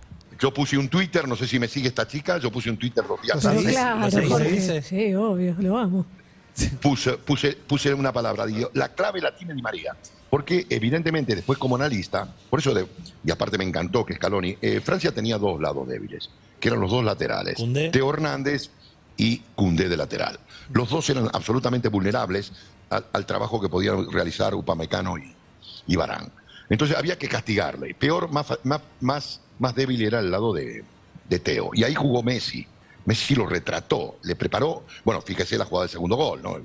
Yo puse un Twitter, no sé si me sigue esta chica, yo puse un Twitter dos días Lo antes. seguís, Claro, ¿Lo seguís, Jorge. dice? Sí, obvio, lo amo. Puse, puse, puse una palabra, digo, la clave la tiene Di María. Porque evidentemente después como analista, por eso, de- y aparte me encantó que Scaloni, eh, Francia tenía dos lados débiles, que eran los dos laterales, Koundé. Teo Hernández y Koundé de lateral. Los dos eran absolutamente vulnerables al, al trabajo que podían realizar Upamecano y, y Varane. Entonces había que castigarle. Peor, más, fa- más, más, más débil era el lado de, de Teo. Y ahí jugó Messi. Messi lo retrató, le preparó, bueno, fíjese la jugada del segundo gol, ¿no?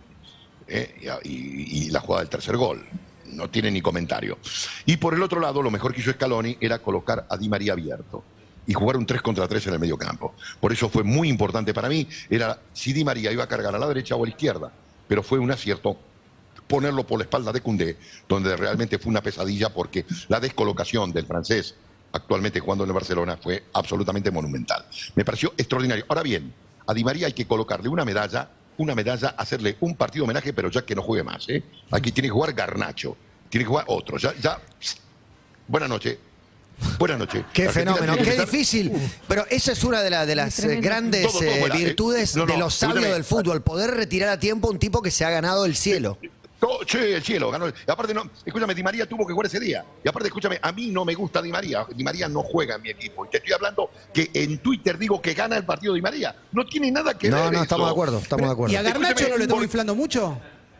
Eh, y, y- y la jugada del tercer gol. No tiene ni comentario. Y por el otro lado, lo mejor que hizo Scaloni era colocar a Di María abierto y jugar un tres contra tres en el medio campo. Por eso fue muy importante para mí, era si Di María iba a cargar a la derecha o a la izquierda. Pero fue un acierto ponerlo por la espalda de Koundé, donde realmente fue una pesadilla porque la descolocación del francés actualmente jugando en el Barcelona fue absolutamente monumental. Me pareció extraordinario. Ahora bien, a Di María hay que colocarle una medalla, una medalla, hacerle un partido homenaje, pero ya que no juegue más. ¿eh? Aquí tiene que jugar Garnacho, tiene que jugar otro. Ya, ya. Buenas noches. Buenas noches. Qué Argentina fenómeno, tiene que qué estar- difícil. Pero esa es una de, la- de las Es tremendo. eh, grandes Todo, todo eh, fuera, eh. virtudes No, no, de los sabios escúchame. del fútbol, poder retirar a tiempo a un tipo que se ha ganado el cielo. Todo- che, el cielo, ganó. Y aparte, no, escúchame, Di María tuvo que jugar ese día. Y aparte, escúchame, a mí no me gusta Di María. Di María no juega en mi equipo. Y te estoy hablando que en Twitter digo que gana el partido Di María. No tiene nada que ver. No, no, eso. estamos de acuerdo, estamos de acuerdo. ¿Y a Garnacho Escúchame, no lo estamos por- inflando mucho?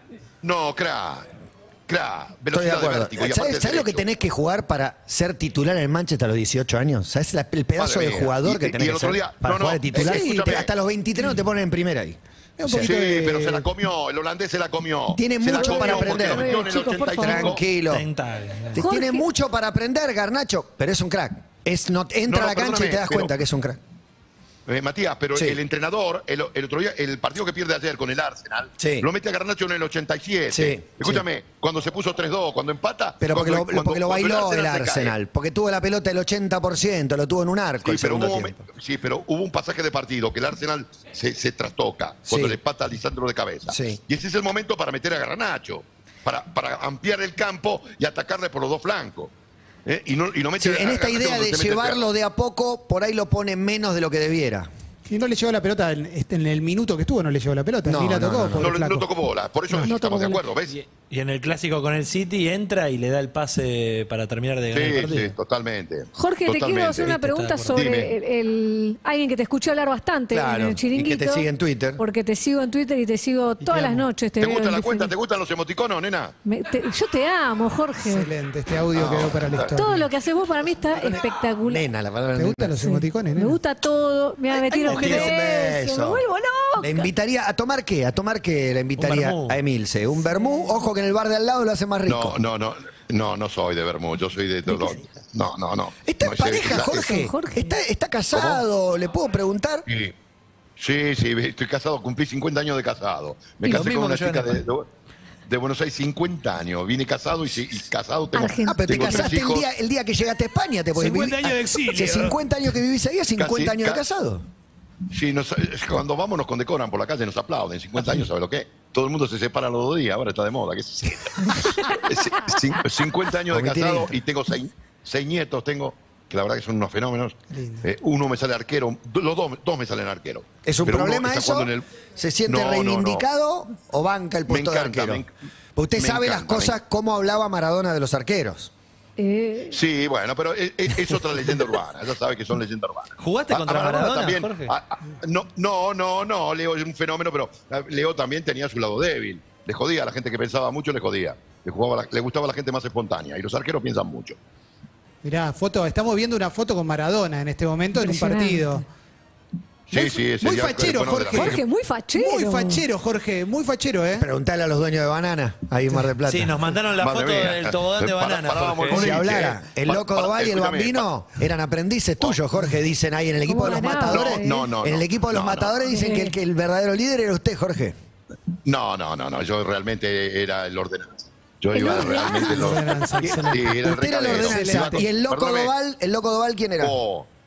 No, crack. Crack. Estoy de Velocidad de acuerdo. vértigo. Y aparte ¿Sabes, ¿sabes lo que derecho. tenés que jugar para ser titular en el Manchester a los dieciocho años? ¿Sabes la- el pedazo Madre de mía. jugador Y- que y tenés el que otro ser día- para no, no, jugar de titular? sí, Y te- escúchame. hasta los veintitrés no te ponen en primera ahí. Es un Sí, poquito de- pero se la comió. El holandés se la comió. Tiene Se la mucho comió para porque aprender. lo metió en el Chicos, por ochenta y cinco. favor. Tranquilo. treinta. Te- Jorge- Tiene mucho para aprender, Garnacho, pero es un crack. Es, no, entra No, no, a la cancha y perdóname, te das pero- cuenta que es un crack. Eh, Matías, pero Sí. el entrenador, el, el otro día, el partido que pierde ayer con el Arsenal, Sí. lo mete a Garnacho en el ochenta y siete. Sí, Escúchame, cuando se puso tres dos, cuando empata. Pero porque, cuando- lo, cuando- porque lo cuando bailó el se cae. Arsenal. Porque tuvo la pelota el ochenta por ciento, lo tuvo en un arco Sí el pero, segundo hubo, tiempo. sí, pero hubo un pasaje de partido que el Arsenal se, se trastoca cuando Sí. le empata a Lisandro de cabeza. Sí. Y ese es el momento para meter a Garnacho, para, para ampliar el campo y atacarle por los dos flancos. ¿Eh? Y no, y no mete Sí, a en esta Garnacho idea cuando de se mete llevarlo de a poco, por ahí lo pone menos de lo que debiera. Y no le llevó la pelota en, este, en el minuto que estuvo, no le llevó la pelota, No, ni la no, tocó. no, no. pobre No, le- flaco. no tocó bola, por eso No, no estamos tocó de bola. acuerdo, ¿ves? Y, y en el clásico con el City entra y le da el pase para terminar de ganar el Sí, partido. sí, totalmente. Jorge, te quiero hacer una Viste, pregunta está de sobre Dime. el, el- alguien que te escuché hablar bastante Claro, en el chiringuito. y que te sigue en Twitter. Porque te sigo en Twitter y te sigo todas las amo. noches. Te, ¿Te veo gusta en la cuenta? diferentes- ¿Te gustan los emoticonos, nena? Me- te- yo te amo, Jorge. Excelente, este audio quedó para la historia. Todo lo que haces vos para mí está espectacular. Nena, la palabra ¿Te nena. gustan los Sí. emoticones, Me nena? gusta todo. Mira, me tiro un Tira un beso. Me vuelvo Le loca. invitaría a tomar qué, a tomar qué le invitaría vermú. a Emilce. Un vermú, ojo que en el bar de al lado lo hace más rico. No, no, no, no, no soy de Bermud, yo soy de todo. No, no, no. ¿Está No, en ese- pareja, la- Jorge? Jorge. ¿Está, está casado? ¿Le puedo preguntar? Sí, sí, sí, estoy casado, cumplí cincuenta años de casado. Me Y lo casé mismo con una que yo en chica de, España. de- de Buenos Aires, cincuenta años. Vine casado y, sí, y casado tengo, Argentina. Ah, pero te tengo tres casaste el hijos. día, el día que llegaste a España. Te podés cincuenta vivir- años de exilio. Hace cincuenta años que vivís ahí, a cincuenta Casi, años de ca- casado. Sí, nos- es que cuando vamos nos condecoran por la calle, nos aplauden. cincuenta años, ¿sabe lo que es? Todo el mundo se separa los dos días, ahora está de moda. ¿Qué se Cin- cincuenta años de Omití casado lindo. y tengo seis, seis nietos, tengo, que la verdad que son unos fenómenos. Lindo. Eh, uno me sale arquero, do- los dos, dos me salen arquero. ¿Es un Pero uno problema está eso? jugando en el- ¿Se siente No, no, no. reivindicado o banca el puesto Me encanta, de arquero? me enc- Porque usted me sabe las encanta, me cosas, cómo hablaba Maradona de los arqueros. Eh, Sí, bueno, pero es, es- es otra leyenda urbana. Ya sabe que son leyendas urbanas. ¿Jugaste A- a contra Maradona, Jorge? a- a- no, no, no, no. Leo es un fenómeno, pero a- Leo también tenía su lado débil. Le jodía a la gente que pensaba mucho, le jodía. Le, jugaba la- le gustaba a la gente más espontánea. Y los arqueros piensan mucho. Mirá, foto, estamos viendo una foto con Maradona en este momento en un Impresionante. partido. Sí, Muy- sí, ese muy día- fachero, bueno, de la- Jorge. Jorge, muy fachero. Muy fachero, Jorge, muy fachero, ¿eh? Preguntale a los dueños de banana, ahí en Mar del Plata. Sí, nos mandaron la Madre foto mía. del tobogán de Para- banana. parábamos Jorge. con Si Boliche, hablara, eh. el Pa- loco pa- Doval y el escúchame, Bambino eran aprendices tuyos, Jorge, dicen ahí en el equipo de los ¿Cómo ganaba? matadores. No, no, no, en el no. equipo de los No, no. matadores dicen que el, que el verdadero líder era usted, Jorge. No, no, no, no. Yo realmente era el ordenanza. Yo El iba ordenanza. realmente el Ordenanza, Sí, excelente. sí, era el Usted era el recadero. ordenanza. Iba con- ¿Y el loco perdóname. Doval, el loco Doval quién era? Oh,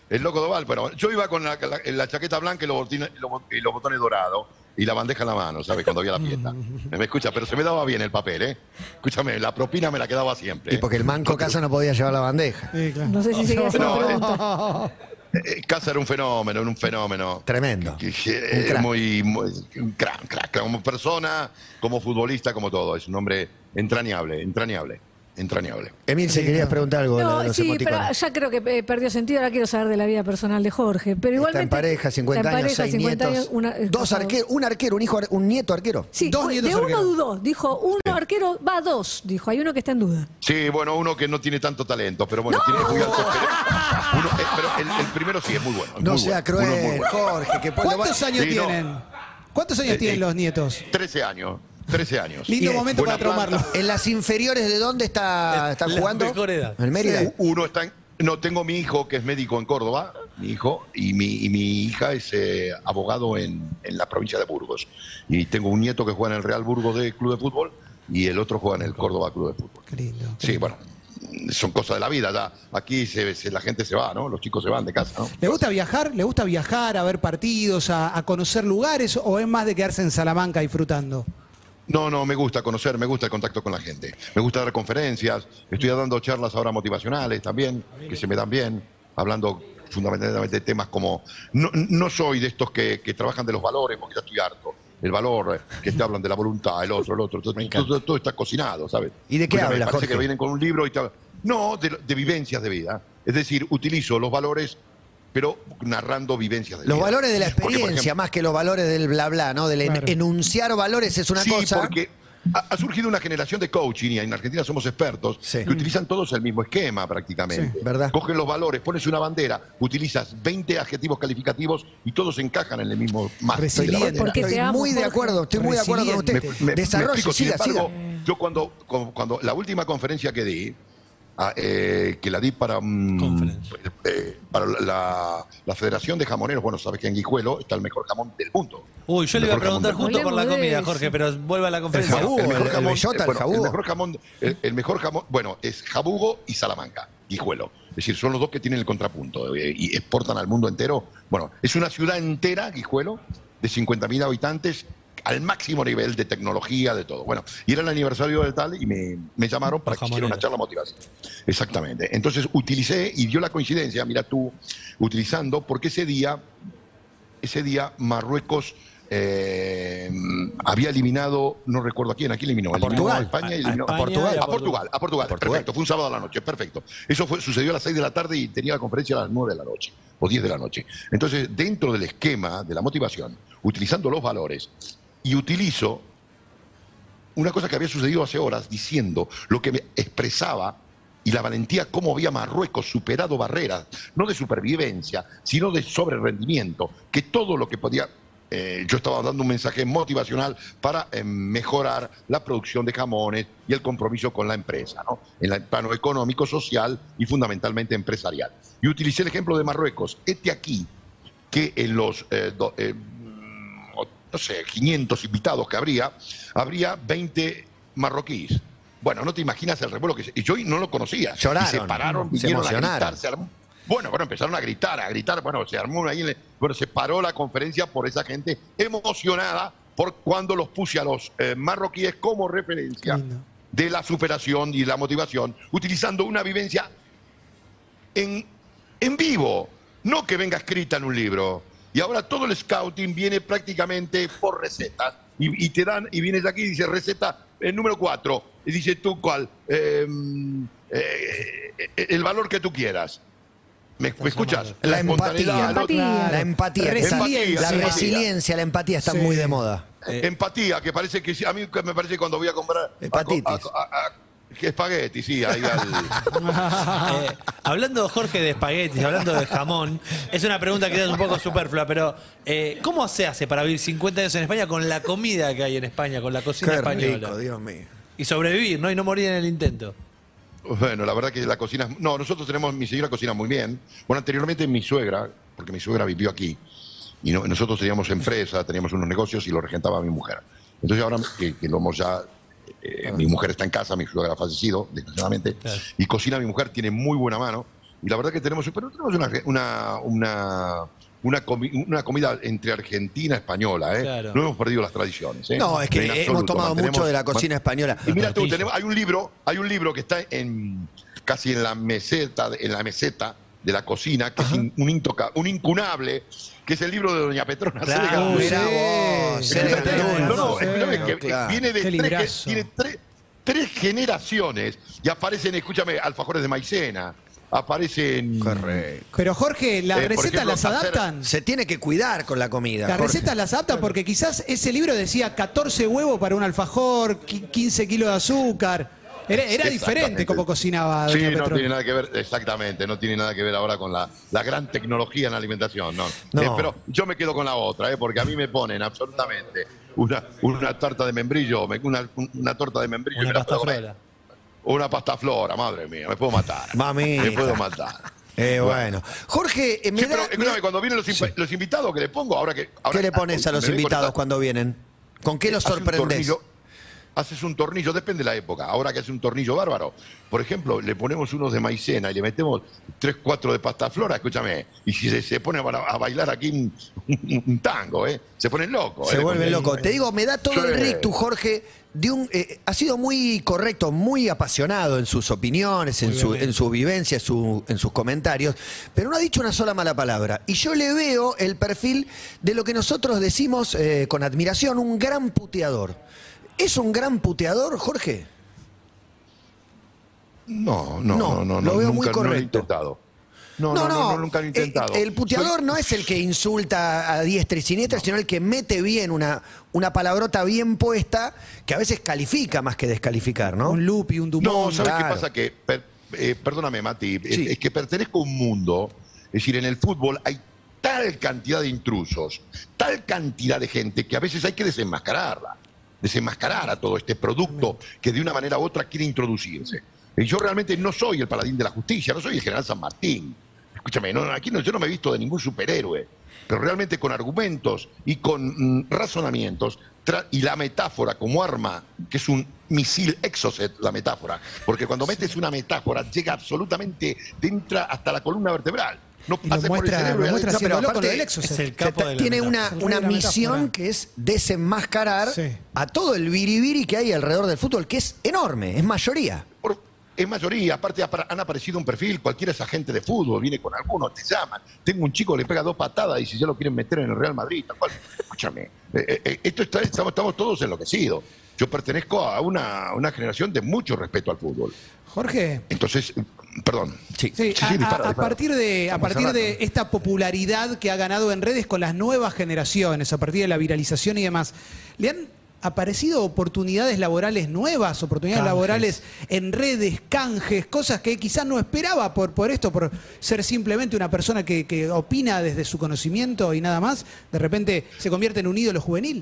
El loco Doval, pero yo iba con la, la- la chaqueta blanca y los, botines- los bot- y los botones dorados y la bandeja en la mano, ¿sabes? Cuando había la fiesta. ¿Me escucha? Pero se me daba bien el papel, ¿eh? Escúchame, la propina me la quedaba siempre. Y ¿eh? porque el manco casa no podía llevar la bandeja. Sí, claro. No sé si seguía haciendo No, eh, preguntas. Eh, Casa era un fenómeno, era un fenómeno. Tremendo. Que- que- Un crack. muy, muy- un crack, un crack, como persona, como futbolista, como todo. Es un hombre entrañable, entrañable, entrañable. Emil, si querías preguntar algo de No, los sí, emoticones. pero ya creo que eh, perdió sentido. Ahora quiero saber de la vida personal de Jorge. Pero igualmente. Está en pareja, cincuenta está en años, pareja, seis cincuenta nietos. años, una- eh, dos casado. arqueros, un arquero, un hijo, ar- un nieto arquero. Sí, Dos de nietos uno arqueros. dudó. Dijo, uno arquero va a dos. Dijo, hay uno que está en duda. Sí, bueno, uno que no tiene tanto talento, pero bueno, tiene muy alto. Pero, uno- eh, pero el, el primero sí es muy bueno. es No muy sea bueno, uno es muy cruel, bueno. Jorge. Que pues lo va- ¿Cuántos años Sí, no. tienen? ¿Cuántos años Eh, tienen eh, los nietos? trece años, trece años. Lindo Y, eh, momento buena para traumarlo. planta. ¿En las inferiores de dónde está, están La jugando? mejor edad. ¿En Mérida? U- Uno está en, no, tengo mi hijo que es médico en Córdoba, mi hijo, y mi, y mi hija es eh, abogado en, en la provincia de Burgos. Y tengo un nieto que juega en el Real Burgos de Club de Fútbol y el otro juega en el Córdoba Club de Fútbol. Qué lindo. qué Sí, lindo. bueno, son cosas de la vida. Ya aquí se, se- la gente se va, ¿no? Los chicos se van de casa, ¿no? ¿Le gusta viajar? ¿Le gusta viajar, a ver partidos, a, a conocer lugares o es más de quedarse en Salamanca disfrutando? No, no, me gusta conocer, me gusta el contacto con la gente. Me gusta dar conferencias, estoy dando charlas ahora motivacionales también, que se me dan bien, hablando fundamentalmente de temas como... No, no soy de estos que, que trabajan de los valores, porque ya estoy harto. El valor, eh, que te hablan de la voluntad, el otro, el otro. Todo, todo- todo está cocinado, ¿sabes? ¿Y de qué Porque me habla, parece Jorge? que vienen con un libro y te hablan- No, de, de vivencias de vida. Es decir, utilizo los valores, pero narrando vivencias de Los vida. valores de la Porque, por experiencia, ejemplo, más que los valores del bla bla, ¿no? Del en- Claro. enunciar valores es una sí, cosa. porque ha, ha surgido una generación de coaching, y en Argentina somos expertos, Sí. que utilizan todos el mismo esquema prácticamente. Sí, ¿verdad? Cogen los valores, pones una bandera, utilizas veinte adjetivos calificativos y todos encajan en el mismo mástil de la Resiliente. bandera. Porque Estoy te amo, muy de Jorge. acuerdo, estoy muy de acuerdo con usted. Resiliente. Me- me- Desarrolle, me explico, sin siga, embargo, siga. yo cuando, cuando, cuando la última conferencia que di, ah, eh, que la di para, mm, Conferencia. eh, para la, la Federación de Jamoneros, bueno, sabes que en Guijuelo está el mejor jamón del mundo. Uy, yo El le iba a mejor jamón preguntar del justo por la Hablemos de comida, eso. Jorge, pero vuelve a la conferencia. jabugo, el mejor el- el jamón, bellota, el bueno, jabugo. mejor jamón, el, el mejor jamón, bueno, es Jabugo y Salamanca, Guijuelo. Es decir, son los dos que tienen el contrapunto eh, y exportan al mundo entero. Bueno, es una ciudad entera, Guijuelo, de cincuenta mil habitantes, al máximo nivel de tecnología, de todo. Bueno, y era el aniversario del tal y me, me llamaron para Los que hiciera una jamoneros. charla motivación. Exactamente. Entonces utilicé, y dio la coincidencia, mira tú, utilizando, porque ese día, ese día Marruecos eh, había eliminado, no recuerdo a quién, ¿a quién eliminó? A Eliminó Portugal. a España y A- a eliminó España Portugal. y a Portugal, a Portugal, Portugal. perfecto, fue un sábado a la noche, perfecto. Eso fue, sucedió a las seis de la tarde y tenía la conferencia a las nueve de la noche, o diez de la noche. Entonces, dentro del esquema de la motivación, utilizando los valores, y utilizo una cosa que había sucedido hace horas, diciendo lo que me expresaba y la valentía, cómo había Marruecos superado barreras, no de supervivencia, sino de sobrerendimiento, que todo lo que podía... Eh, yo estaba dando un mensaje motivacional para eh, mejorar la producción de jamones y el compromiso con la empresa, ¿no? En el plano económico, social y fundamentalmente empresarial. Y utilicé el ejemplo de Marruecos. Este aquí, que en los, eh, do- eh, no sé, quinientos invitados que habría, habría veinte marroquíes. Bueno, no te imaginas el revuelo que se... Y yo no lo conocía. Lloraron, Y se pararon, se vinieron a emocionaron. gritar, se armó- bueno, bueno, empezaron a gritar, a gritar, bueno, se armó ahí, en el- bueno, se paró la conferencia por esa gente emocionada por cuando los puse a los eh, marroquíes como referencia Qué lindo. de la superación y la motivación, utilizando una vivencia en, en vivo, no que venga escrita en un libro. Y ahora todo el scouting viene prácticamente por recetas. Y, y te dan, y vienes aquí y dice receta el número cuatro, y dice tú cuál, eh, eh, el valor que tú quieras. ¿Me, me escuchas? La espontaneidad, empatía, ¿no? la empatía, Resiliencia. esa- la Sí. resiliencia, la empatía están Sí. muy de moda. Empatía, que parece que sí, a mí que me parece que cuando voy a comprar Hepatitis. a- a- a- a- que espagueti, sí, ahí al, Eh, hablando, Jorge, de espaguetis, hablando de jamón, es una pregunta que es un poco superflua, pero eh, ¿cómo se hace para vivir cincuenta años en España con la comida que hay en España, con la cocina Qué española? rico, Dios mío. Y sobrevivir, ¿no? Y no morir en el intento. Bueno, la verdad que la cocina... No, nosotros tenemos... Mi señora cocina muy bien. Bueno, anteriormente mi suegra, porque mi suegra vivió aquí, y no- nosotros teníamos empresa, teníamos unos negocios y lo regentaba mi mujer. Entonces ahora que, que lo hemos ya... eh, mi mujer está en casa, mi suegra ha fallecido, desgraciadamente, Claro. y cocina mi mujer, tiene muy buena mano, y la verdad que tenemos, pero tenemos una, una, una, una, comi una comida entre argentina y española, ¿eh? Claro. No hemos perdido las tradiciones, ¿eh? No, es que En hemos absoluto, tomado mantenemos- mucho de la cocina española. Y mira tú, tortilla. tenemos, hay un libro, hay un libro que está en casi en la meseta, en la meseta de la cocina, que es in- un, intoca, un incunable, que es el libro de Doña Petrona Claro, Sega. Mirá sí. vos, Sí, Sega sí, Luna. No, no, Sí, escúchame, que claro. viene de Qué tres, librazo. tiene tres, tres generaciones y aparecen, escúchame, alfajores de maicena, aparecen... Correcto. Pero Jorge, ¿las Eh, por recetas ejemplo, las hacer- adaptan? Se tiene que cuidar con la comida. Las Jorge. recetas las adaptan porque quizás ese libro decía catorce huevos para un alfajor, qui- quince kilos de azúcar. Era, era diferente Exactamente. cómo cocinaba Sí, Doña no Petrona. tiene nada que ver, exactamente, no tiene nada que ver ahora con la, la gran tecnología en la alimentación, no. No. Eh, pero yo me quedo con la otra, eh, porque a mí me ponen absolutamente una, una tarta de membrillo, me- una, una torta de membrillo. y Una me la pasta puedo comer. flora. Una pasta flora, madre mía, me puedo matar. Mamita. Me puedo matar. Eh, bueno. Jorge, eh, me Sí, da- pero me- escúchame, cuando vienen los, imp- Sí. los invitados que le pongo, ahora que... ahora- ¿Qué le pones a los me vengo invitados esta- cuando vienen? ¿Con qué los Hace un sorprendes? tornillo- Haces un tornillo, depende de la época. Ahora que hace un tornillo bárbaro. Por ejemplo, le ponemos unos de maicena y le metemos tres, cuatro de pasta flora, escúchame. Y si se, se pone a, a bailar aquí un, un- un tango, ¿eh? Se ponen locos. Se ¿eh? vuelven Con- locos. Te digo, me da todo Sí. el rictus, Jorge. De un, eh, ha sido muy correcto, muy apasionado en sus opiniones, en su, en su vivencia, su- en sus comentarios, pero no ha dicho una sola mala palabra. Y yo le veo el perfil de lo que nosotros decimos eh, con admiración, un gran puteador. ¿Es un gran puteador, Jorge? No, no, No, no, no. lo no, veo nunca, muy No lo he correcto. intentado. No, no, no, no, nunca lo he intentado. El, el puteador Soy- no es el que insulta a diestra y siniestra, sino el que mete bien una, una palabrota bien puesta que a veces califica más que descalificar, ¿no? Un Lupi, un Dumont. No, ¿sabes claro. qué pasa? Que, per- eh, perdóname, Mati, es- Sí. es que pertenezco a un mundo, es decir, en el fútbol hay tal cantidad de intrusos, tal cantidad de gente que a veces hay que desenmascararla, desenmascarar a todo este producto que de una manera u otra quiere introducirse. Y yo realmente no soy el paladín de la justicia, no soy el general San Martín. Escúchame, no, aquí no, yo no me he visto de ningún superhéroe, pero realmente con argumentos y con mm, razonamientos tra- y la metáfora como arma, que es un misil Exocet, la metáfora, porque cuando metes una metáfora llega absolutamente, te entra hasta la columna vertebral. No Y lo pasa por el muestra, cerebro lo y muestra No, haciéndolo pero con lo aparte del Exocet. es el Se capo ta- de la tiene metáfora. una, Es el una rey de la misión metáfora. que es desenmascarar Sí. a todo el biribiri que hay alrededor del fútbol, que es enorme, es mayoría. Por- es mayoría, aparte apar- han aparecido un perfil, cualquiera es agente de fútbol, viene con alguno, te llaman. Tengo un chico que le pega dos patadas y si ya lo quieren meter en el Real Madrid, tal cual. Escúchame, eh, eh, esto está, estamos, estamos todos enloquecidos. Yo pertenezco a una, una generación de mucho respeto al fútbol. Jorge. Entonces, eh, perdón. Sí. Sí, Sí, a, sí, a- dispara, a dispara. partir de, a Estamos partir de hablando. esta popularidad que ha ganado en redes con las nuevas generaciones, a partir de la viralización y demás, ¿le han aparecido oportunidades laborales nuevas, oportunidades Canjes. laborales en redes, canjes, cosas que quizás no esperaba por, por esto, por ser simplemente una persona que, que opina desde su conocimiento y nada más? De repente se convierte en un ídolo juvenil.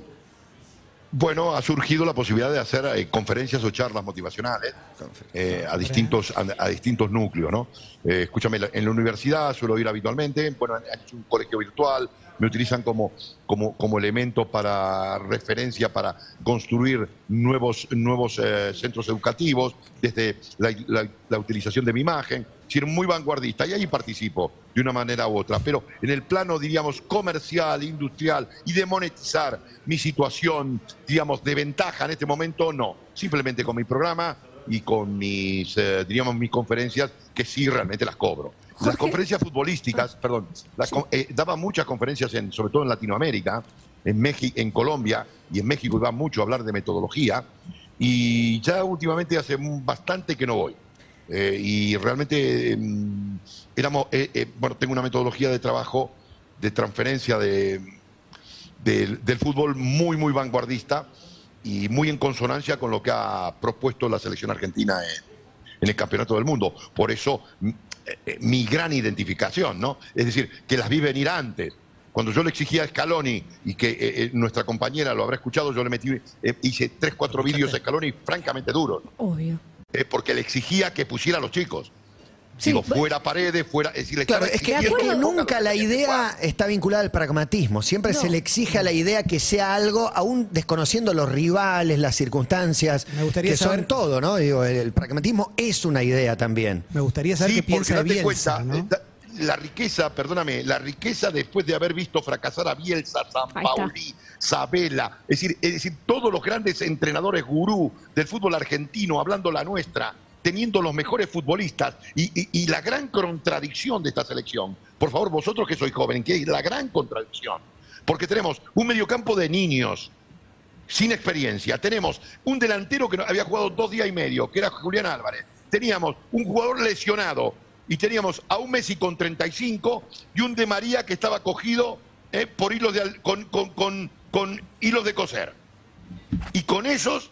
Bueno, ha surgido la posibilidad de hacer eh, conferencias o charlas motivacionales eh, a, distintos, a, a distintos núcleos, ¿no? Eh, escúchame, la- en la universidad suelo ir habitualmente, bueno, han hecho un colegio virtual, me utilizan como, como, como elemento para referencia, para construir nuevos, nuevos eh, centros educativos, desde la, la- la utilización de mi imagen, es decir, muy vanguardista, y ahí participo de una manera u otra, pero en el plano, diríamos, comercial, industrial y de monetizar mi situación, digamos, de ventaja en este momento, no, simplemente con mi programa y con mis, eh, diríamos, mis conferencias, que sí realmente las cobro. Las Jorge. conferencias futbolísticas, perdón, las con- eh, daba muchas conferencias, en, sobre todo en Latinoamérica, en, México, en Colombia y en México iba mucho a hablar de metodología, y ya últimamente hace bastante que no voy. Eh, y realmente eh, éramos, eh, eh, bueno, tengo una metodología de trabajo, de transferencia de, del- del fútbol muy, muy vanguardista y muy en consonancia con lo que ha propuesto la selección argentina en, en el Campeonato del Mundo. Por eso m- eh, eh, mi gran identificación, ¿no? Es decir, que las vi venir antes. Cuando yo le exigía a Scaloni, y que eh, eh, nuestra compañera lo habrá escuchado, yo le metí, eh, hice tres, cuatro vídeos a Scaloni francamente duros, Obvio. eh, porque le exigía que pusiera a los chicos. Sí, Digo, bu- fuera Paredes, fuera... Es decir, le Claro, estaba es que, De es que acuerdo. nunca la idea está vinculada al pragmatismo. Siempre No. se le exige a la idea que sea algo, aún desconociendo los rivales, las circunstancias, Me gustaría que saber- son todo, ¿no? Digo, el, el pragmatismo es una idea también. Me gustaría saber Sí, qué porque piensa de date Bielsa, cuenta, ¿no? eh, da- la riqueza, perdóname, la riqueza después de haber visto fracasar a Bielsa, San Ahí está. Paoli, Sabela, es decir, es decir, todos los grandes entrenadores gurú del fútbol argentino, hablando la nuestra, teniendo los mejores futbolistas y, y- y la gran contradicción de esta selección. Por favor, vosotros que sois jóvenes, que es la gran contradicción. Porque tenemos un mediocampo de niños, sin experiencia. Tenemos un delantero que no- había jugado dos días y medio, que era Julián Álvarez. Teníamos un jugador lesionado y teníamos a un Messi con treinta y cinco y un Di María que estaba cogido eh, por hilos de, al- con, con- con- con hilos de coser. Y con esos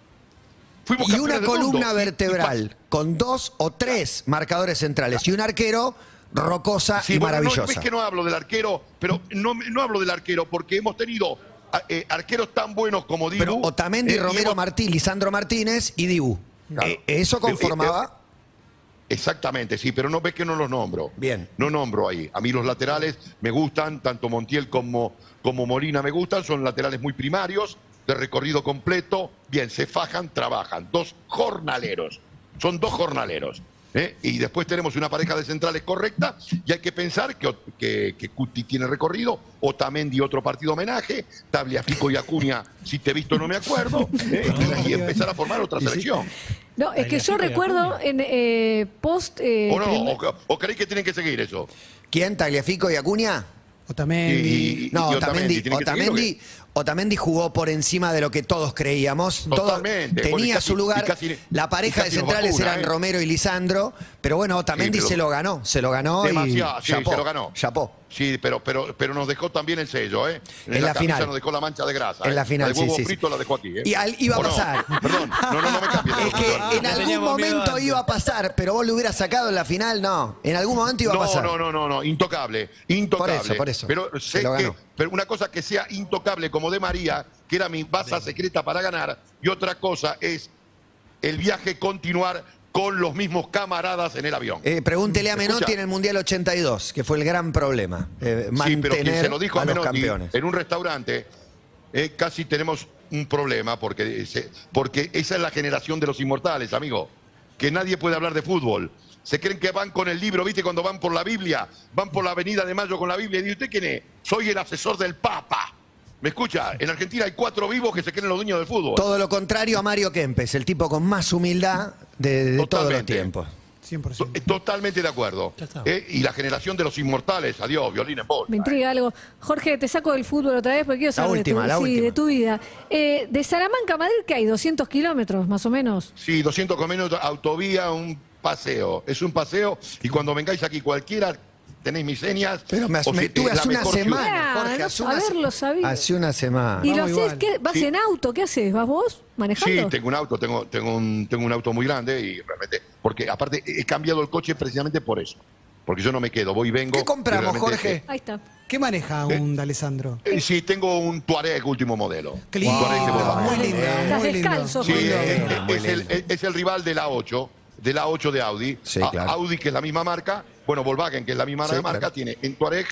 fuimos Y campeones una del mundo. columna Y- y vertebral con dos o tres marcadores centrales y un arquero rocosa Sí, y bueno, no, maravillosa. es que no hablo del arquero, pero no, no hablo del arquero porque hemos tenido a- eh, arqueros tan buenos como Dibu. Pero Otamendi, eh, y Romero hemos- Martí, Lisandro Martínez y Dibu. Claro. Eh, ¿Eso conformaba? Exactamente, sí, pero no ves que no los nombro. Bien. No nombro ahí. A mí los laterales me gustan, tanto Montiel como, como Molina me gustan, son laterales muy primarios, de recorrido completo. Bien, se fajan, trabajan. Dos jornaleros. Son dos jornaleros. ¿eh? Y después tenemos una pareja de centrales correcta y hay que pensar que, que, que Cuti tiene recorrido, Otamendi otro partido homenaje, Tagliafico y Acuña, si te he visto no me acuerdo, ¿eh? y, y empezar a formar otra selección. No, es que yo Tagliafico y recuerdo en eh, post. eh, ¿O no? primer- ¿O, o creéis que tienen que seguir eso? ¿Quién? ¿Tagliafico y Acuña? Otamendi. Y- y- No, y Otamendi, ¿tiene que seguir o Otamendi, Otamendi jugó por encima de lo que todos creíamos. Todo- Totalmente. Bueno, y tenía casi- su lugar. y casi- la pareja y de casi nos centrales vacuna, eran ¿eh? Romero y Lisandro. Pero bueno, Otamendi Sí, pero- se lo ganó. Se lo ganó Demasiado, y sí, chapó, se lo ganó. chapó. Sí, pero, pero, pero nos dejó también el sello, ¿eh? En la camisa final. nos dejó la mancha de grasa. En ¿eh? la final, El huevo sí, sí, frito sí. la dejó aquí, ¿eh? Y al- iba a ¿O no? pasar. Perdón, no, no, no me cambies. Es que en Le algún teníamos miedo momento antes. iba a pasar, pero vos lo hubieras sacado en la final, no. En algún momento iba a No, pasar. no, no, no, no, intocable, intocable. Por eso, por eso. Pero Se sé lo que, ganó. pero una cosa que sea intocable como de María, que era mi baza secreta para ganar, y otra cosa es el viaje continuar con los mismos camaradas en el avión. Eh, pregúntele a Escucha. Menotti en el Mundial ochenta y dos, que fue el gran problema. eh, Sí, mantener pero quien se lo dijo a, a los Menotti campeones. en un restaurante, eh, casi tenemos un problema, porque, se- porque esa es la generación de los inmortales, amigo. Que nadie puede hablar de fútbol. Se creen que van con el libro, ¿viste? Cuando van por la Biblia, van por la Avenida de Mayo con la Biblia. Y dice, ¿usted quién es? Soy el asesor del Papa. ¿Me escucha? En Argentina hay cuatro vivos que se creen los dueños del fútbol. Todo lo contrario a Mario Kempes, el tipo con más humildad de, de todos los Totalmente. tiempos. cien por To- ciento. eh, Totalmente de acuerdo. Ya está. Eh, y la generación de los inmortales, adiós, violín en bolsa. Me intriga algo. Jorge, te saco del fútbol otra vez porque quiero saber última, de, la tu, sí, última. de tu vida. Eh, de Salamanca a Madrid, ¿qué hay? ¿doscientos kilómetros más o menos? Sí, doscientos kilómetros, autovía, un paseo. Es un paseo y cuando vengáis aquí cualquiera, tenéis mis señas. Pero me, o me si- estuve es la hace una mejor ciudad. semana, Ah, Jorge, no hace una, se- saberlo sabía. hace una semana. ¿Y lo Vamos haces? igual. ¿Qué? ¿Vas Sí. en auto? ¿Qué haces? ¿Vas vos manejando? Sí, tengo un auto, tengo, tengo, un, tengo un auto muy grande y realmente, porque aparte he cambiado el coche precisamente por eso. Porque yo no me quedo, voy y vengo. ¿Qué compramos, y realmente, Jorge? Ahí está. ¿Qué maneja un D'Alessandro? eh, sí, tengo un Touareg último modelo. Qué Un lindo, Touareg de Volkswagen. muy lindo, Estás muy lindo. descalzo, Sí, Muy eh, lindo. eh, Muy es, el, lindo. es- es el rival de la ocho, de la ocho de Audi. Sí, A- claro. Audi, que es la misma marca, bueno, Volkswagen, que es la misma Sí, marca, claro. tiene en Touareg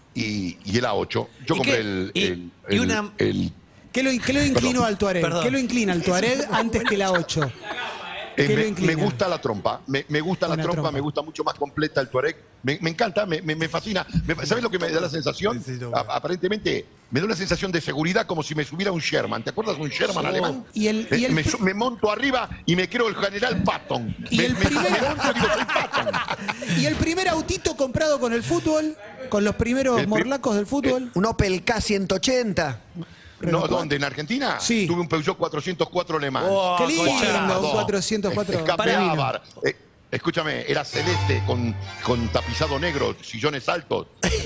y, y el A ocho. Yo ¿Y compré qué? el, Y- el, y el- una- el- ¿Qué lo, qué lo inclinó al Tuareg? Perdón. ¿Qué lo inclina al Tuareg antes que la ocho? eh, ¿Qué lo me, inclina? me gusta la trompa, me, me gusta la Una trompa, trompa. me gusta mucho más completa el Touareg. Me, me encanta, me, me- me fascina. Me- ¿Sabes lo que me da la sensación? Necesito A- ver. aparentemente me da una sensación de seguridad como si me subiera un Sherman. ¿Te acuerdas de un Sherman alemán? Y el- y Eh, el- me, su- me monto arriba y me creo el general Patton. Y me, el me- primer- me monto y digo, soy Patton. ¿Y el primer autito comprado con el fútbol? ¿Con los primeros El pri- morlacos del fútbol? Un Opel K ciento ochenta. No, ¿dónde? ¿En Argentina? Sí. Tuve un Peugeot cuatrocientos cuatro Le Mans. Oh, ¡Qué lindo! colchado. Un cuatrocientos cuatro. Escape Pará. Ávar. Eh, escúchame, era celeste con, con tapizado negro, sillones altos,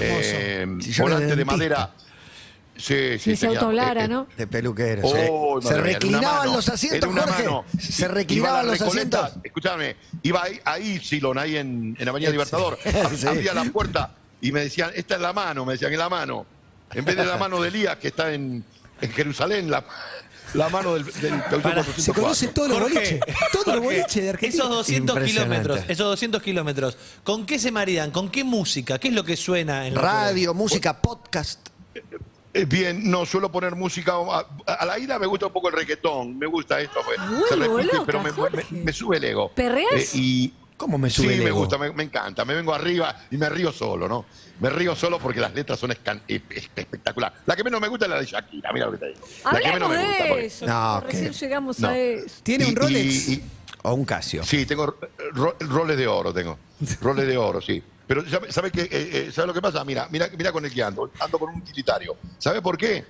eh, Sillones volante de de, dentista. madera. Sí, sí. Si ese tenía- auto hablara, eh, eh, ¿no? De peluquero. Oh, sí. madre Se mía, era una reclinaban mano, los asientos, era una Jorge. mano. Se Iba a reclinaban la los Recoleta, asientos. Escúchame, iba ahí, ahí Silon, ahí en, en Avenida Sí. Libertador. Sí. Abría la puerta y me decían, esta es la mano, me decían, en la mano. En vez de la mano de Elías, que está en, en Jerusalén, la, la mano del, del Peugeot Para- Se cuatrocientos cuatro. conoce todos los Jorge, boliches. Todos los Jorge, boliches de Argentina. Esos doscientos Impresionante. kilómetros, esos doscientos kilómetros, ¿con qué se maridan? ¿Con qué música? ¿Qué es lo que suena en la Radio, música, podcast. Eh, Bien, no suelo poner música. A, a la ida me gusta un poco el reggaetón. Me gusta esto. pues, Vuelvo se repite, loca, pero me, Jorge. me- me sube el ego. ¿Perreás? Eh, y ¿Cómo me sube sí, el me ego? gusta, me, me encanta. Me vengo arriba y me río solo, ¿no? Me río solo porque las letras son escan- es- es- espectacular. La que menos me gusta es la de Shakira, mira lo que te digo. La que menos Hablemos me gusta. de porque- eso. No, porque recién ¿qué? llegamos No. a eso. Tiene un y- Rolex. y- y- O un Casio. Sí, tengo ro- roles de oro, tengo. Roles de oro, sí. Pero ¿sabe qué? Eh, eh, ¿sabe lo que pasa? Mira, mira, mira con el que ando. Ando con un utilitario. ¿Sabe por qué?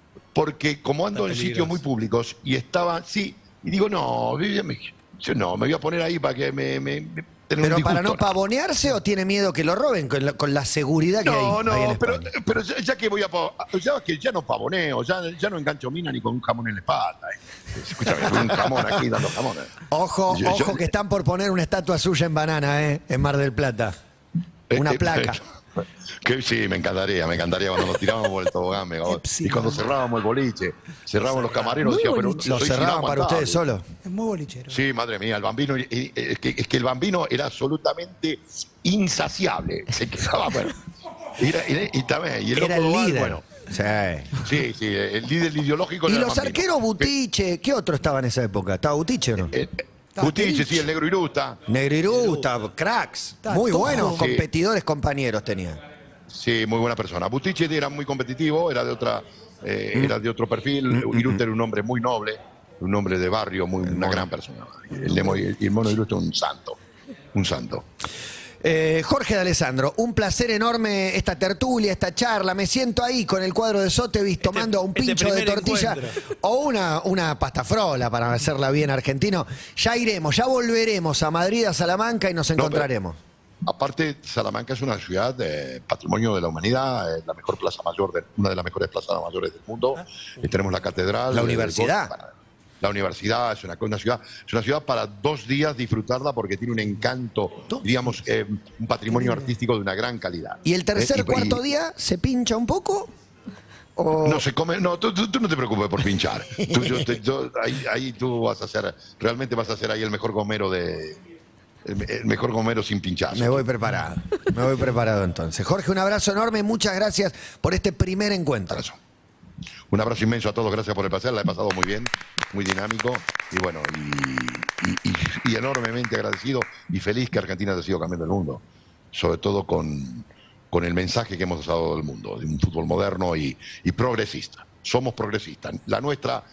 Porque como ando en Está sitios muy peligroso. públicos y estaba, sí, y digo, no, yo me- yo no, me voy a poner ahí para que me... me, me tener un ¿Pero para disgusto, no pavonearse o tiene miedo que lo roben con la, con la seguridad que hay, No, ahí no, en pero, España? pero ya, ya que voy a... pa- Ya que ya no pavoneo, ya, ya no engancho mina ni con un jamón en la espalda. eh. Escúchame, con un jamón aquí dando jamones. Ojo, Yo- yo- ojo que están por poner una estatua suya en Banana, ¿eh? En Mar del Plata. Una Eh, eh, placa. Que sí, me encantaría, me encantaría cuando nos tirábamos por el tobogán. me- Epsi, y cuando no. cerrábamos el boliche, cerrábamos los camareros, Muy decía, pero boliche. Lo soy cerraban para inaguantable. ustedes solo. Es muy bolichero. Sí, madre mía, el bambino, y- y- es que, es que el bambino era absolutamente insaciable. Se quedaba, bueno. Era, era- y también, y el Era loco el Doval, líder. bueno. Sí. Sí, sí, el líder ideológico Y era el los bambino. arqueros Butiche, ¿qué otro estaba en esa época? ¿Estaba Butiche o no? Eh, eh, Butiche, sí, el negro Irusta. Negrirusta, cracks. Está Muy todo. buenos Sí. competidores, compañeros tenía. Sí, muy buena persona. Butiche era muy competitivo, era de otra, eh, Mm. era de otro perfil. Irusta era un hombre muy noble, un hombre de barrio, muy, una gran persona. El, de Mo- y el mono Irusta un santo, un santo. Eh, Jorge de Alessandro, un placer enorme esta tertulia, esta charla. Me siento ahí con el cuadro de Sotheby's tomando un este pincho de primer tortilla encuentro. o una, una pasta frola para hacerla bien argentino. Ya iremos, ya volveremos a Madrid, a Salamanca y nos pero- encontraremos. Aparte, Salamanca es una ciudad de patrimonio de la humanidad, es la mejor plaza mayor, de, una de las mejores plazas mayores del mundo. Eh, tenemos la catedral. La eh, universidad. para- La universidad es una, una ciudad, es una ciudad para dos días disfrutarla porque tiene un encanto, diríamos, eh, un patrimonio artístico de una gran calidad. ¿Y el tercer, Eh, y- cuarto y- día se pincha un poco? ¿O- No se come, no, tú, tú- tú no te preocupes por pinchar. Tú, yo te- yo- ahí, ahí tú vas a ser, realmente vas a ser ahí el mejor gomero de, el, el mejor gomero sin pinchar. Me voy preparado, me voy preparado entonces. Jorge, un abrazo enorme, muchas gracias por este primer encuentro. Abrazo. Un abrazo inmenso a todos, gracias por el placer, la he pasado muy bien, muy dinámico y bueno, y, y- y- y enormemente agradecido y feliz que Argentina haya sido campeón del mundo, sobre todo con, con el mensaje que hemos dado al mundo, de un fútbol moderno y, y progresista. Somos progresistas. La nuestra,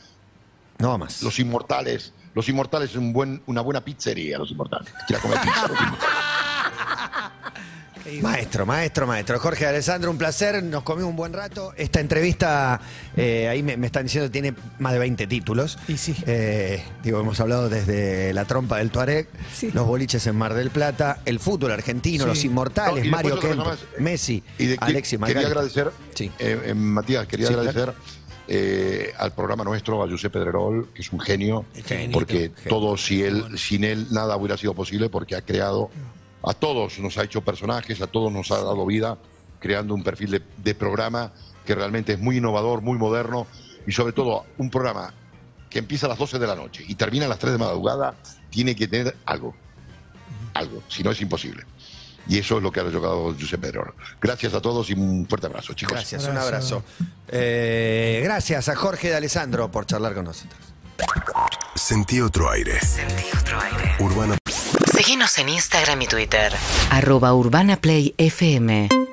No más. los inmortales, los inmortales es un buen, una buena pizzería, los inmortales. Quiera comer pizza, los inmortales. Maestro, maestro, maestro. Jorge Alessandro, un placer. Nos comimos un buen rato. Esta entrevista, eh, ahí me, me están diciendo, tiene más de veinte títulos. Y sí. Eh, digo, hemos hablado desde la trompa del Tuareg, Sí. los boliches en Mar del Plata, el fútbol argentino, Sí. los inmortales, No, y Mario después Kemp, otra cosa más, eh, Messi, Y de, que- Alexis quería Magaldi. agradecer, Sí. eh, eh, Matías, quería Sí, agradecer eh, al programa nuestro, a José Pedrerol, que es un genio, Genito, porque genio. todo, si él, sin él, nada hubiera sido posible, porque ha creado, a todos nos ha hecho personajes, a todos nos ha dado vida, creando un perfil de, de programa que realmente es muy innovador, muy moderno, y sobre todo un programa que empieza a las doce de la noche y termina a las tres de madrugada, tiene que tener algo, algo, si no es imposible. Y eso es lo que ha logrado Josep Pedrerol. Gracias a todos y un fuerte abrazo, chicos. Gracias, un Abrazo. abrazo. Eh, gracias a Jorge de Alessandro por charlar con nosotros. Sentí otro aire. Sentí otro aire. Urbana Síguenos en Instagram y Twitter. arroba Urbana Play F M.